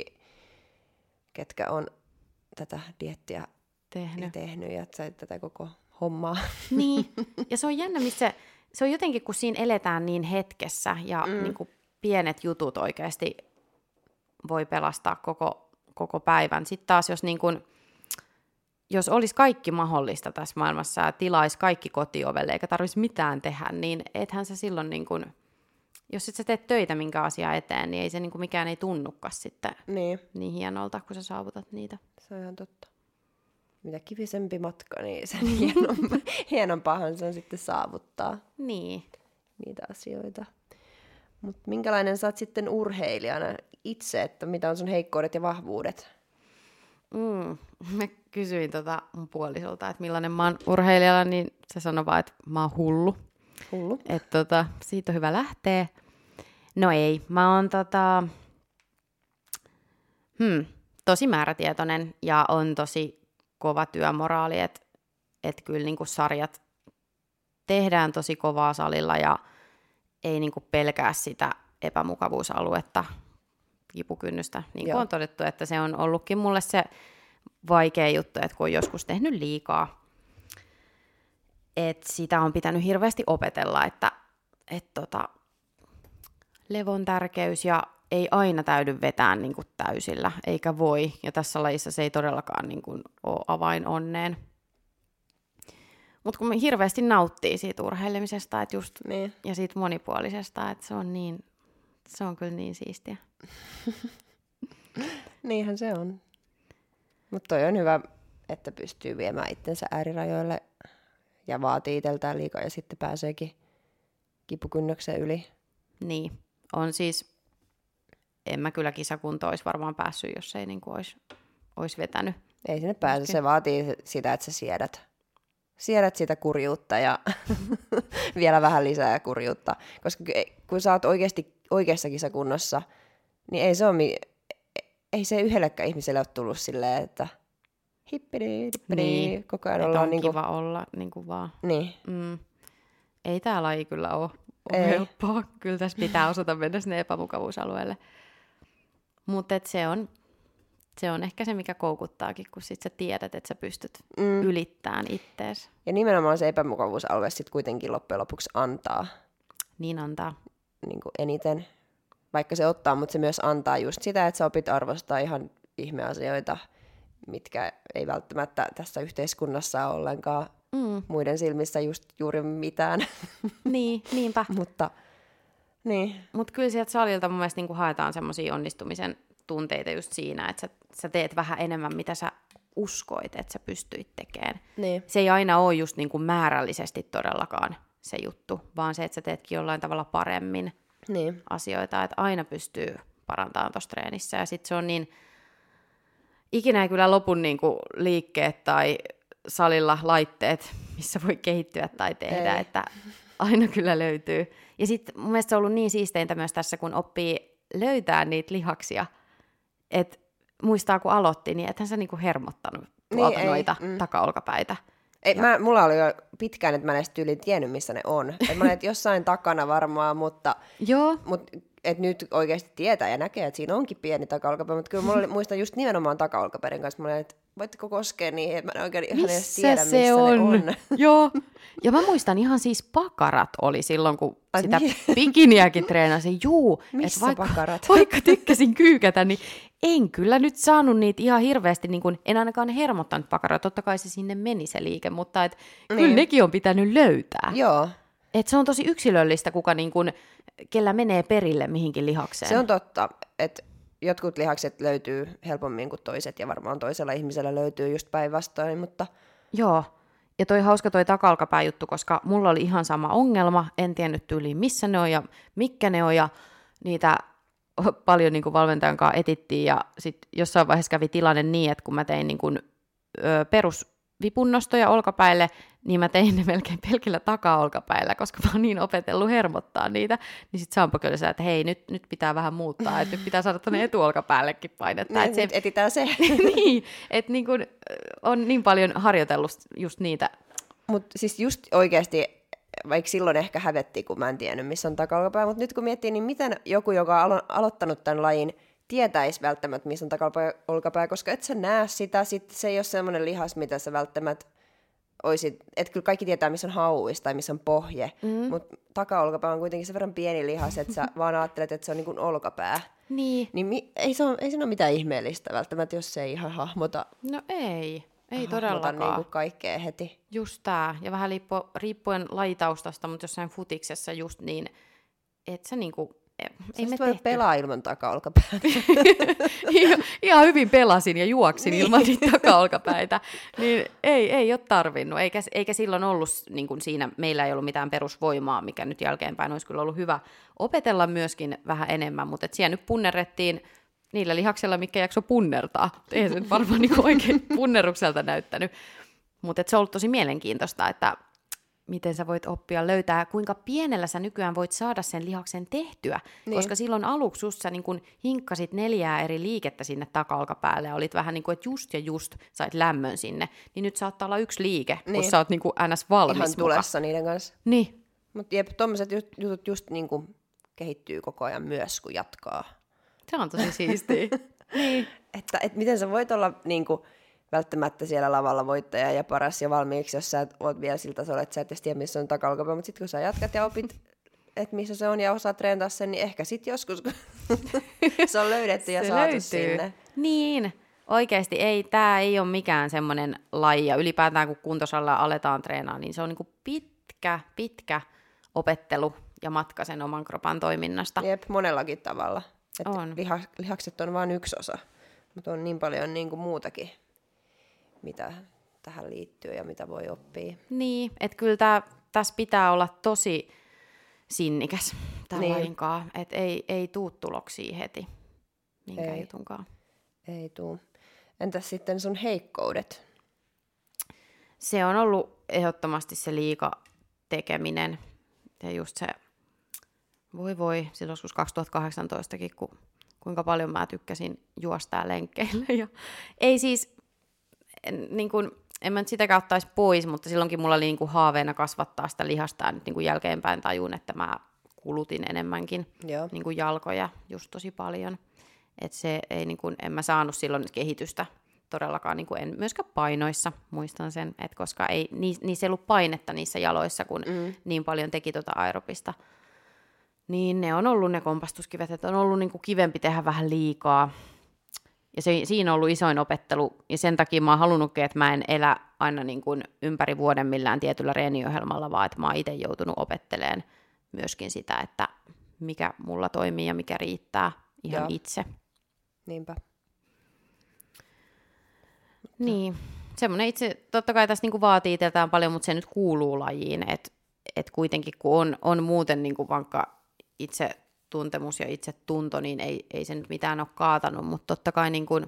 ketkä on tätä dieettiä tehnyt, tehnyt ja tätä koko hommaa. Niin, ja se on jännä, missä se on jotenkin, kun siinä eletään niin hetkessä ja mm. niin kuin pienet jutut oikeasti voi pelastaa koko, koko päivän. Sitten taas, jos, niin kuin, jos olisi kaikki mahdollista tässä maailmassa ja tilaisi kaikki kotiovelle eikä tarvitsisi mitään tehdä, niin ethän sä silloin, niin kuin, jos et sä teet töitä minkä asiaa eteen, niin ei se niin kuin mikään ei tunnukaan sitten niin. niin hienolta, kun sä saavutat niitä. Se on ihan totta. Mitä kivisempi matka, niin sen hienompa, hienompahan se on sitten saavuttaa niin. niitä asioita. Mutta minkälainen sä oot sitten urheilijana itse, että mitä on sun heikkoudet ja vahvuudet? Mm, mä kysyin tota mun puolisolta, että millainen mä oon urheilijana, niin se sanoi vaan, että mä oon hullu. Hullu? Että tota, siitä on hyvä lähteä. No ei, mä oon tota, hmm, tosi määrätietoinen ja on tosi kova työmoraali, että et kyllä niinku sarjat tehdään tosi kovaa salilla ja ei niinku pelkää sitä epämukavuusaluetta, kipukynnystä. Niin kuin on todettu, että se on ollutkin mulle se vaikea juttu, että kun on joskus tehnyt liikaa, että sitä on pitänyt hirveästi opetella, että et tota, levon tärkeys ja ei aina täydy vetää niin kuin täysillä, eikä voi. Ja tässä lajissa se ei todellakaan niin kuin ole avain onneen. Mutta kun hirveästi nauttii siitä urheilemisesta et just, niin. ja siitä monipuolisesta, että se on, niin, se on kyllä niin siistiä. Niinhän se on. Mutta toi on hyvä, että pystyy viemään itsensä äärirajoille ja vaatii itseltään liikaa ja sitten pääseekin kipukynnyksen yli. Niin, on siis en mä kyllä kisakuntoon olisi varmaan päässyt, jos ei niin kuin olisi, olisi vetänyt. Ei sinne pääse, se vaatii sitä, että sä siedät. Siedät sitä kurjuutta ja vielä vähän lisää kurjuutta. Koska kun sä oot oikeasti, oikeassa kisakunnossa, niin ei se, ole, ei se yhdellekään ihmiselle ole tullut silleen, että hippidi, hippidi, niin, koko ajan ollaan on niin kiva kuin... olla niin kuin vaan. Niin. Mm. Ei tää laji kyllä ole, ole helppoa. Kyllä tässä pitää osata mennä sinne epämukavuusalueelle. Mutta se on, se on ehkä se, mikä koukuttaakin, kun sit sä tiedät, että sä pystyt mm. ylittämään ittees. Ja nimenomaan se epämukavuusalue sitten kuitenkin loppujen lopuksi antaa. Niin antaa. Niin kuin eniten. Vaikka se ottaa, mutta se myös antaa just sitä, että sä opit arvostaa ihan ihmeasioita, mitkä ei välttämättä tässä yhteiskunnassa ole ollenkaan mm. muiden silmissä just juuri mitään. Niin, niinpä. Mutta niin. Mut kyllä sieltä salilta mun mielestä niinku haetaan semmoisia onnistumisen tunteita just siinä, että sä, sä teet vähän enemmän, mitä sä uskoit, että sä pystyit tekemään. Niin. Se ei aina ole just niinku määrällisesti todellakaan se juttu, vaan se, että sä teetkin jollain tavalla paremmin niin. asioita, että aina pystyy parantamaan tuossa treenissä. Ja sitten se on niin, ikinä ei kyllä lopun niinku liikkeet tai salilla laitteet, missä voi kehittyä tai tehdä, ei. Että aina kyllä löytyy. Ja sitten mun mielestä se on ollut niin siisteintä myös tässä, kun oppii löytää niitä lihaksia, että muistaa kun aloitti, niin ethän sä niinku hermottanut tuolta niin, noita mm. takaolkapäitä. Ei, mä, mulla oli jo pitkään, että mä en edes tyyliin tiennyt, missä ne on. Et mä olin, että jossain takana varmaan, mutta, Joo. mutta et nyt oikeasti tietää ja näkee, että siinä onkin pieni takaolkapää. Mutta kyllä mulla oli, muistan just nimenomaan takaolkapäiden kanssa, mulla oli, että voitteko koskea niin, että mä en oikein ihan edes tiedä, se missä on? ne on. Joo. Ja mä muistan ihan siis pakarat oli silloin, kun Ai sitä niin? bikiniäkin treenasin. Juu, missä vaikka, pakarat? Vaikka tykkäsin kyykätä, niin en kyllä nyt saanut niitä ihan hirveästi, niin kun, en ainakaan hermottanut pakaroita, totta kai se sinne meni se liike, mutta et, niin. Kyllä nekin on pitänyt löytää. Joo. Et se on tosi yksilöllistä, kuka niin kun, kellä menee perille mihinkin lihakseen. Se on totta, että jotkut lihakset löytyy helpommin kuin toiset, ja varmaan toisella ihmisellä löytyy just päinvastoin, mutta... Joo, ja toi hauska toi taka-olkapää juttu, koska mulla oli ihan sama ongelma, en tiennyt tyyliin missä ne on ja mitkä ne on, ja niitä paljon niin kuin valmentajan kanssa etittiin, ja sitten jossain vaiheessa kävi tilanne niin, että kun mä tein niin kuin, ö, perusvipunnostoja olkapäille, niin mä tein ne melkein pelkillä taka-olkapäillä, koska mä oon niin opetellut hermottaa niitä, niin sitten Sampo kyllä sanoi, että hei, nyt, nyt pitää vähän muuttaa, että nyt pitää saada tuonne etuolkapäällekin painetta. Niin, se... etitään se. Niin, että niin kun on niin paljon harjoitellut just niitä. Mutta siis just oikeasti, vaikka silloin ehkä hävetti, kun mä en tiennyt, missä on taka-olkapää, mutta nyt kun miettii, niin miten joku, joka on alo- aloittanut tämän lajin, tietäisi välttämättä, missä on taka-olkapää, koska et sä näe sitä, sit se ei ole semmoinen lihas, mitä sä välttämättä oisit, että kyllä kaikki tietää, missä on hauis tai missä on pohje, mm. mutta taka-olkapää on kuitenkin sen verran pieni lihas, että sä vaan ajattelet, että se on niin kuin olkapää. Niin. Niin mi- ei, se ole, ei siinä ole mitään ihmeellistä välttämättä, jos se ei ihan hahmota. No ei, ei hahmota todellakaan. Niin kuin kaikkea heti. Just tää, ja vähän liippu, riippuen lajitaustasta, mutta jossain futiksessa just niin, että se niinku, ei me tehty. Pelaa ilman taka-olkapäätä. ihan, ihan hyvin pelasin ja juoksin niin. ilman niitä taka-olkapäitä. Niin ei, ei ole tarvinnut, eikä, eikä silloin ollut niin kuin siinä, meillä ei ollut mitään perusvoimaa, mikä nyt jälkeenpäin olisi kyllä ollut hyvä opetella myöskin vähän enemmän, mutta siellä nyt punnerrettiin niillä lihaksella, mikä jakso punnertaa. Ei se nyt varmaan niin oikein punnerrukselta näyttänyt. Mutta se on ollut tosi mielenkiintoista, että miten sä voit oppia löytää, kuinka pienellä sä nykyään voit saada sen lihaksen tehtyä. Niin. Koska silloin aluksi just sä niin kun hinkkasit neljää eri liikettä sinne taka-olkapäälle ja olit vähän niin kuin, että just ja just sait lämmön sinne. Niin nyt saattaa olla yksi liike, niin. kun sä oot niin kuin ns. Valmis ihan tulessa niiden kanssa. Niin. Mutta jep, tommoset jutut just niin kuin kehittyy koko ajan myös, kun jatkaa. Se on tosi siistiä. Niin. Että et miten sä voit olla niin kuin, välttämättä siellä lavalla voittaja ja paras ja valmiiksi, jos sä et oot vielä sillä tasolla, että sä et tiedä, missä on taka-olkapää, mutta sitten kun sä jatkat ja opit, että missä se on ja osaat treenata sen, niin ehkä sitten joskus, kun se on löydetty ja se saatu löytyy. Sinne. Niin, oikeasti ei, tämä ei ole mikään semmoinen laji, ja ylipäätään kun kuntosalilla aletaan treenaa, niin se on niinku pitkä, pitkä opettelu ja matka sen oman kropan toiminnasta. Jep, monellakin tavalla. Että on. Liha, lihakset on vain yksi osa, mutta on niin paljon niin kuin muutakin, mitä tähän liittyy ja mitä voi oppia. Niin, että kyllä tää, tässä pitää olla tosi sinnikäs tämän niin. lajinkaan, että ei, ei tuu tuloksia heti. minkään Ei. jutunkaan. Ei tuu. Entäs sitten sun heikkoudet? Se on ollut ehdottomasti se liika tekeminen. Ja just se, voi voi, silloin joskus kaksituhattakahdeksantoistakin, kun, kuinka paljon mä tykkäsin juosta ja lenkkeillä. Ja ei siis, en, niin kuin, en mä nyt sitäkään ottaisi pois, mutta silloinkin mulla oli niin kuin haaveena kasvattaa sitä lihasta. Ja nyt niin kuin jälkeenpäin tajun, että mä kulutin enemmänkin niin kuin jalkoja just tosi paljon. Että se ei, niin kuin, en mä saanut silloin kehitystä todellakaan, niin kuin en myöskään painoissa, muistan sen, että koska ei, niissä ei ollut painetta niissä jaloissa, kun mm. niin paljon teki tuota aerobista. Niin ne on ollut ne kompastuskivet, että on ollut niin kuin kivempi tehdä vähän liikaa. Ja se, siinä on ollut isoin opettelu, ja sen takia mä oon halunnutkin, että mä en elä aina niin kuin ympäri vuoden millään tietyllä reeniohjelmalla, vaan että mä oon itse joutunut opettelemaan myöskin sitä, että mikä mulla toimii ja mikä riittää ihan Joo. itse. Niinpä. Niin, semmoinen itse, totta kai tässä niinku vaatii itseltään paljon, mutta se nyt kuuluu lajiin, että et kuitenkin kun on, on muuten niinku vankka itsetuntemus ja itsetunto, niin ei, ei se nyt mitään ole kaatanut, mutta totta kai niinku,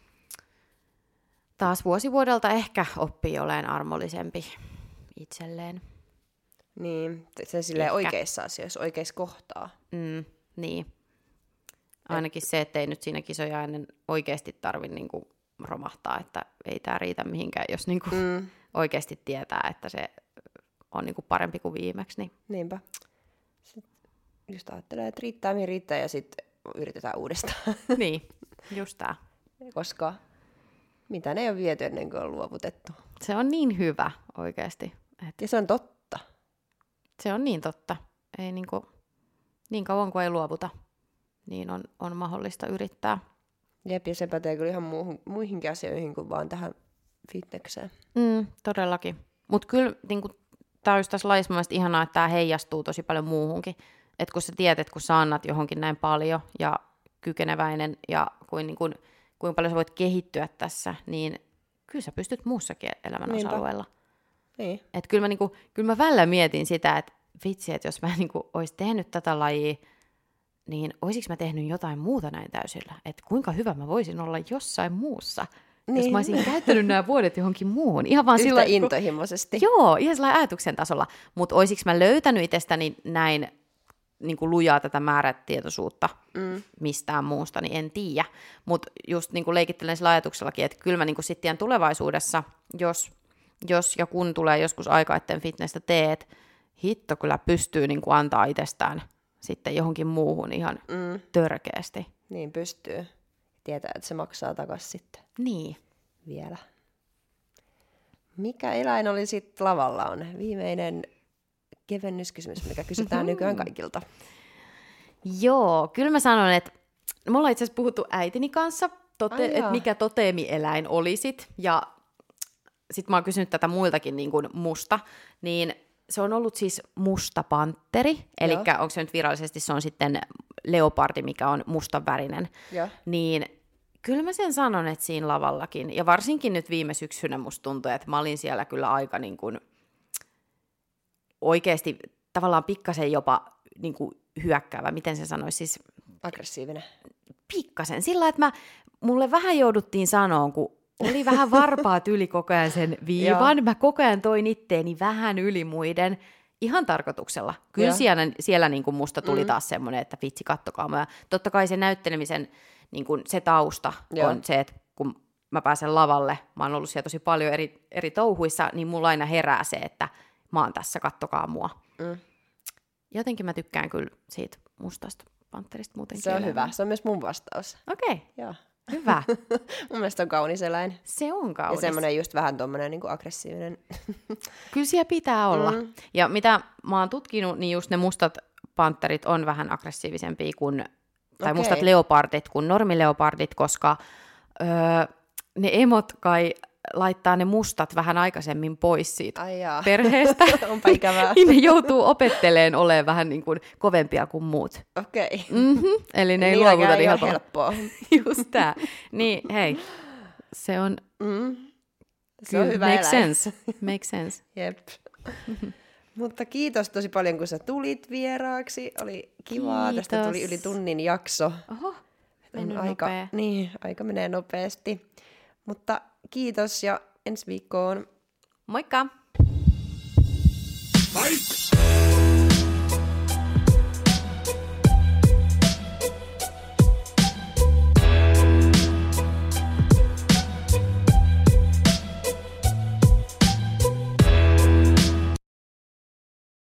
taas vuosi vuodelta ehkä oppii olemaan armollisempi itselleen. Niin, se silleen oikeissa asioissa, oikeissa kohtaa. Mm, niin. Ainakin se, ettei nyt siinä kisoja ennen oikeasti tarvitse niinku romahtaa, että ei tämä riitä mihinkään, jos niinku mm. oikeasti tietää, että se on niinku parempi kuin viimeksi. Niin. Niinpä. Sitten just ajattelee, että riittää mihin riittää ja sitten yritetään uudestaan. Niin, just tämä. Koska mitä ne ei ole viety ennen kuin on luovutettu. Se on niin hyvä oikeasti. Että... Ja se on totta. Se on niin totta. Ei niinku, niin kauan kuin ei luovuta, niin on, on mahdollista yrittää. Jep, ja se pätee kyllä ihan muuhun, muihinkin asioihin kuin vaan tähän fitnekseen. Mm, todellakin. Mutta kyllä niinku, tämä on just tässä lajissa mielestäni ihanaa, että tämä heijastuu tosi paljon muuhunkin. Että kun sä tiedät, että kun sä annat johonkin näin paljon ja kykeneväinen ja kuin, niin kuin, kuinka paljon sä voit kehittyä tässä, niin kyllä sä pystyt muussakin elämän Niinpä. osa-alueella. Niin. Että kyllä mä, niinku, kyllä mä välillä mietin sitä, että vitsi, että jos mä niinku olisi tehnyt tätä lajia, niin olisiko mä tehnyt jotain muuta näin täysillä? Että kuinka hyvä mä voisin olla jossain muussa, niin. jos mä olisin käyttänyt nämä vuodet johonkin muuhun. Ihan vaan Yhtä silloin, intohimoisesti. Kun, joo, ihan sellainen ajatuksen tasolla. Mutta olisiko mä löytänyt itsestäni näin niin kuin lujaa tätä määrätietoisuutta mm. mistään muusta, niin en tiedä. Mutta just niin kuin leikittelen sillä ajatuksellakin, että kyllä mä niin kuin sitten tulevaisuudessa, jos, jos ja kun tulee joskus aika, etten fitnessä teet, hitto kyllä pystyy niin kuin antaa itsestään sitten johonkin muuhun ihan mm. törkeästi. Niin pystyy. Tietää, että se maksaa takaisin sitten. Niin. Vielä. Mikä eläin oli sitten lavalla on? Viimeinen kevennyskysymys, mikä kysytään nykyään kaikilta. Joo, kyllä mä sanon, että me ollaan itse asiassa puhuttu äitini kanssa, tote- että mikä toteemieläin olisit. Ja sit mä oon kysynyt tätä muiltakin niin kuin musta, niin se on ollut siis musta pantteri, eli onko se nyt virallisesti, se on sitten leopardi, mikä on mustan värinen. Joo. Niin kyllä mä sen sanon, että siinä lavallakin, ja varsinkin nyt viime syksynä musta tuntui, että mä olin siellä kyllä aika niin kuin oikeasti tavallaan pikkasen jopa niin kuin hyökkäävä, miten se sanoisi siis? Aggressiivinen. Pikkasen, sillä että mä, mulle vähän jouduttiin sanoa, kun oli vähän varpaat yli koko ajan sen viivan. Mä koko ajan toin itteeni vähän yli muiden ihan tarkoituksella. Kyllä siellä, siellä niin kuin musta tuli mm. taas semmoinen, että vitsi, kattokaa. Mä, totta kai se näyttelemisen niin kuin se tausta Joo. on se, että kun mä pääsen lavalle, mä oon ollut siellä tosi paljon eri, eri touhuissa, niin mulla aina herää se, että mä oon tässä, kattokaa mua. Mm. Jotenkin mä tykkään kyllä siitä mustasta pantterista muutenkin. Se on elämää. Hyvä, se on myös mun vastaus. Okei. Okay. Joo. Hyvä. Mun mielestä on kaunis eläin. Se on kaunis. Ja semmoinen just vähän tommonen niin kuin aggressiivinen. Kyllä siellä pitää olla. Mm. Ja mitä mä oon tutkinut, niin just ne mustat pantterit on vähän aggressiivisempia kuin, tai okay. mustat leopardit kuin normileopardit, koska öö, ne emot kai laittaa ne mustat vähän aikaisemmin pois siitä perheestä. Onpa ikävää. Ne joutuu opetteleen olemaan vähän niin kuin kovempia kuin muut. Okei. Okay. Mm-hmm. Eli ne ei luovuta niin helppoa. helppoa. Just tää. Niin, hei. Se on... Mm. Se kyllä, on hyvä make eläin. sense. Make sense. Jep. Mutta kiitos tosi paljon, kun sä tulit vieraaksi. Oli kivaa. Kiitos. Tästä tuli yli tunnin jakso. Oho. Mennyt aika, nopea. niin, aika menee nopeasti. Mutta kiitos ja ensi viikkoon. Moikka! Fight!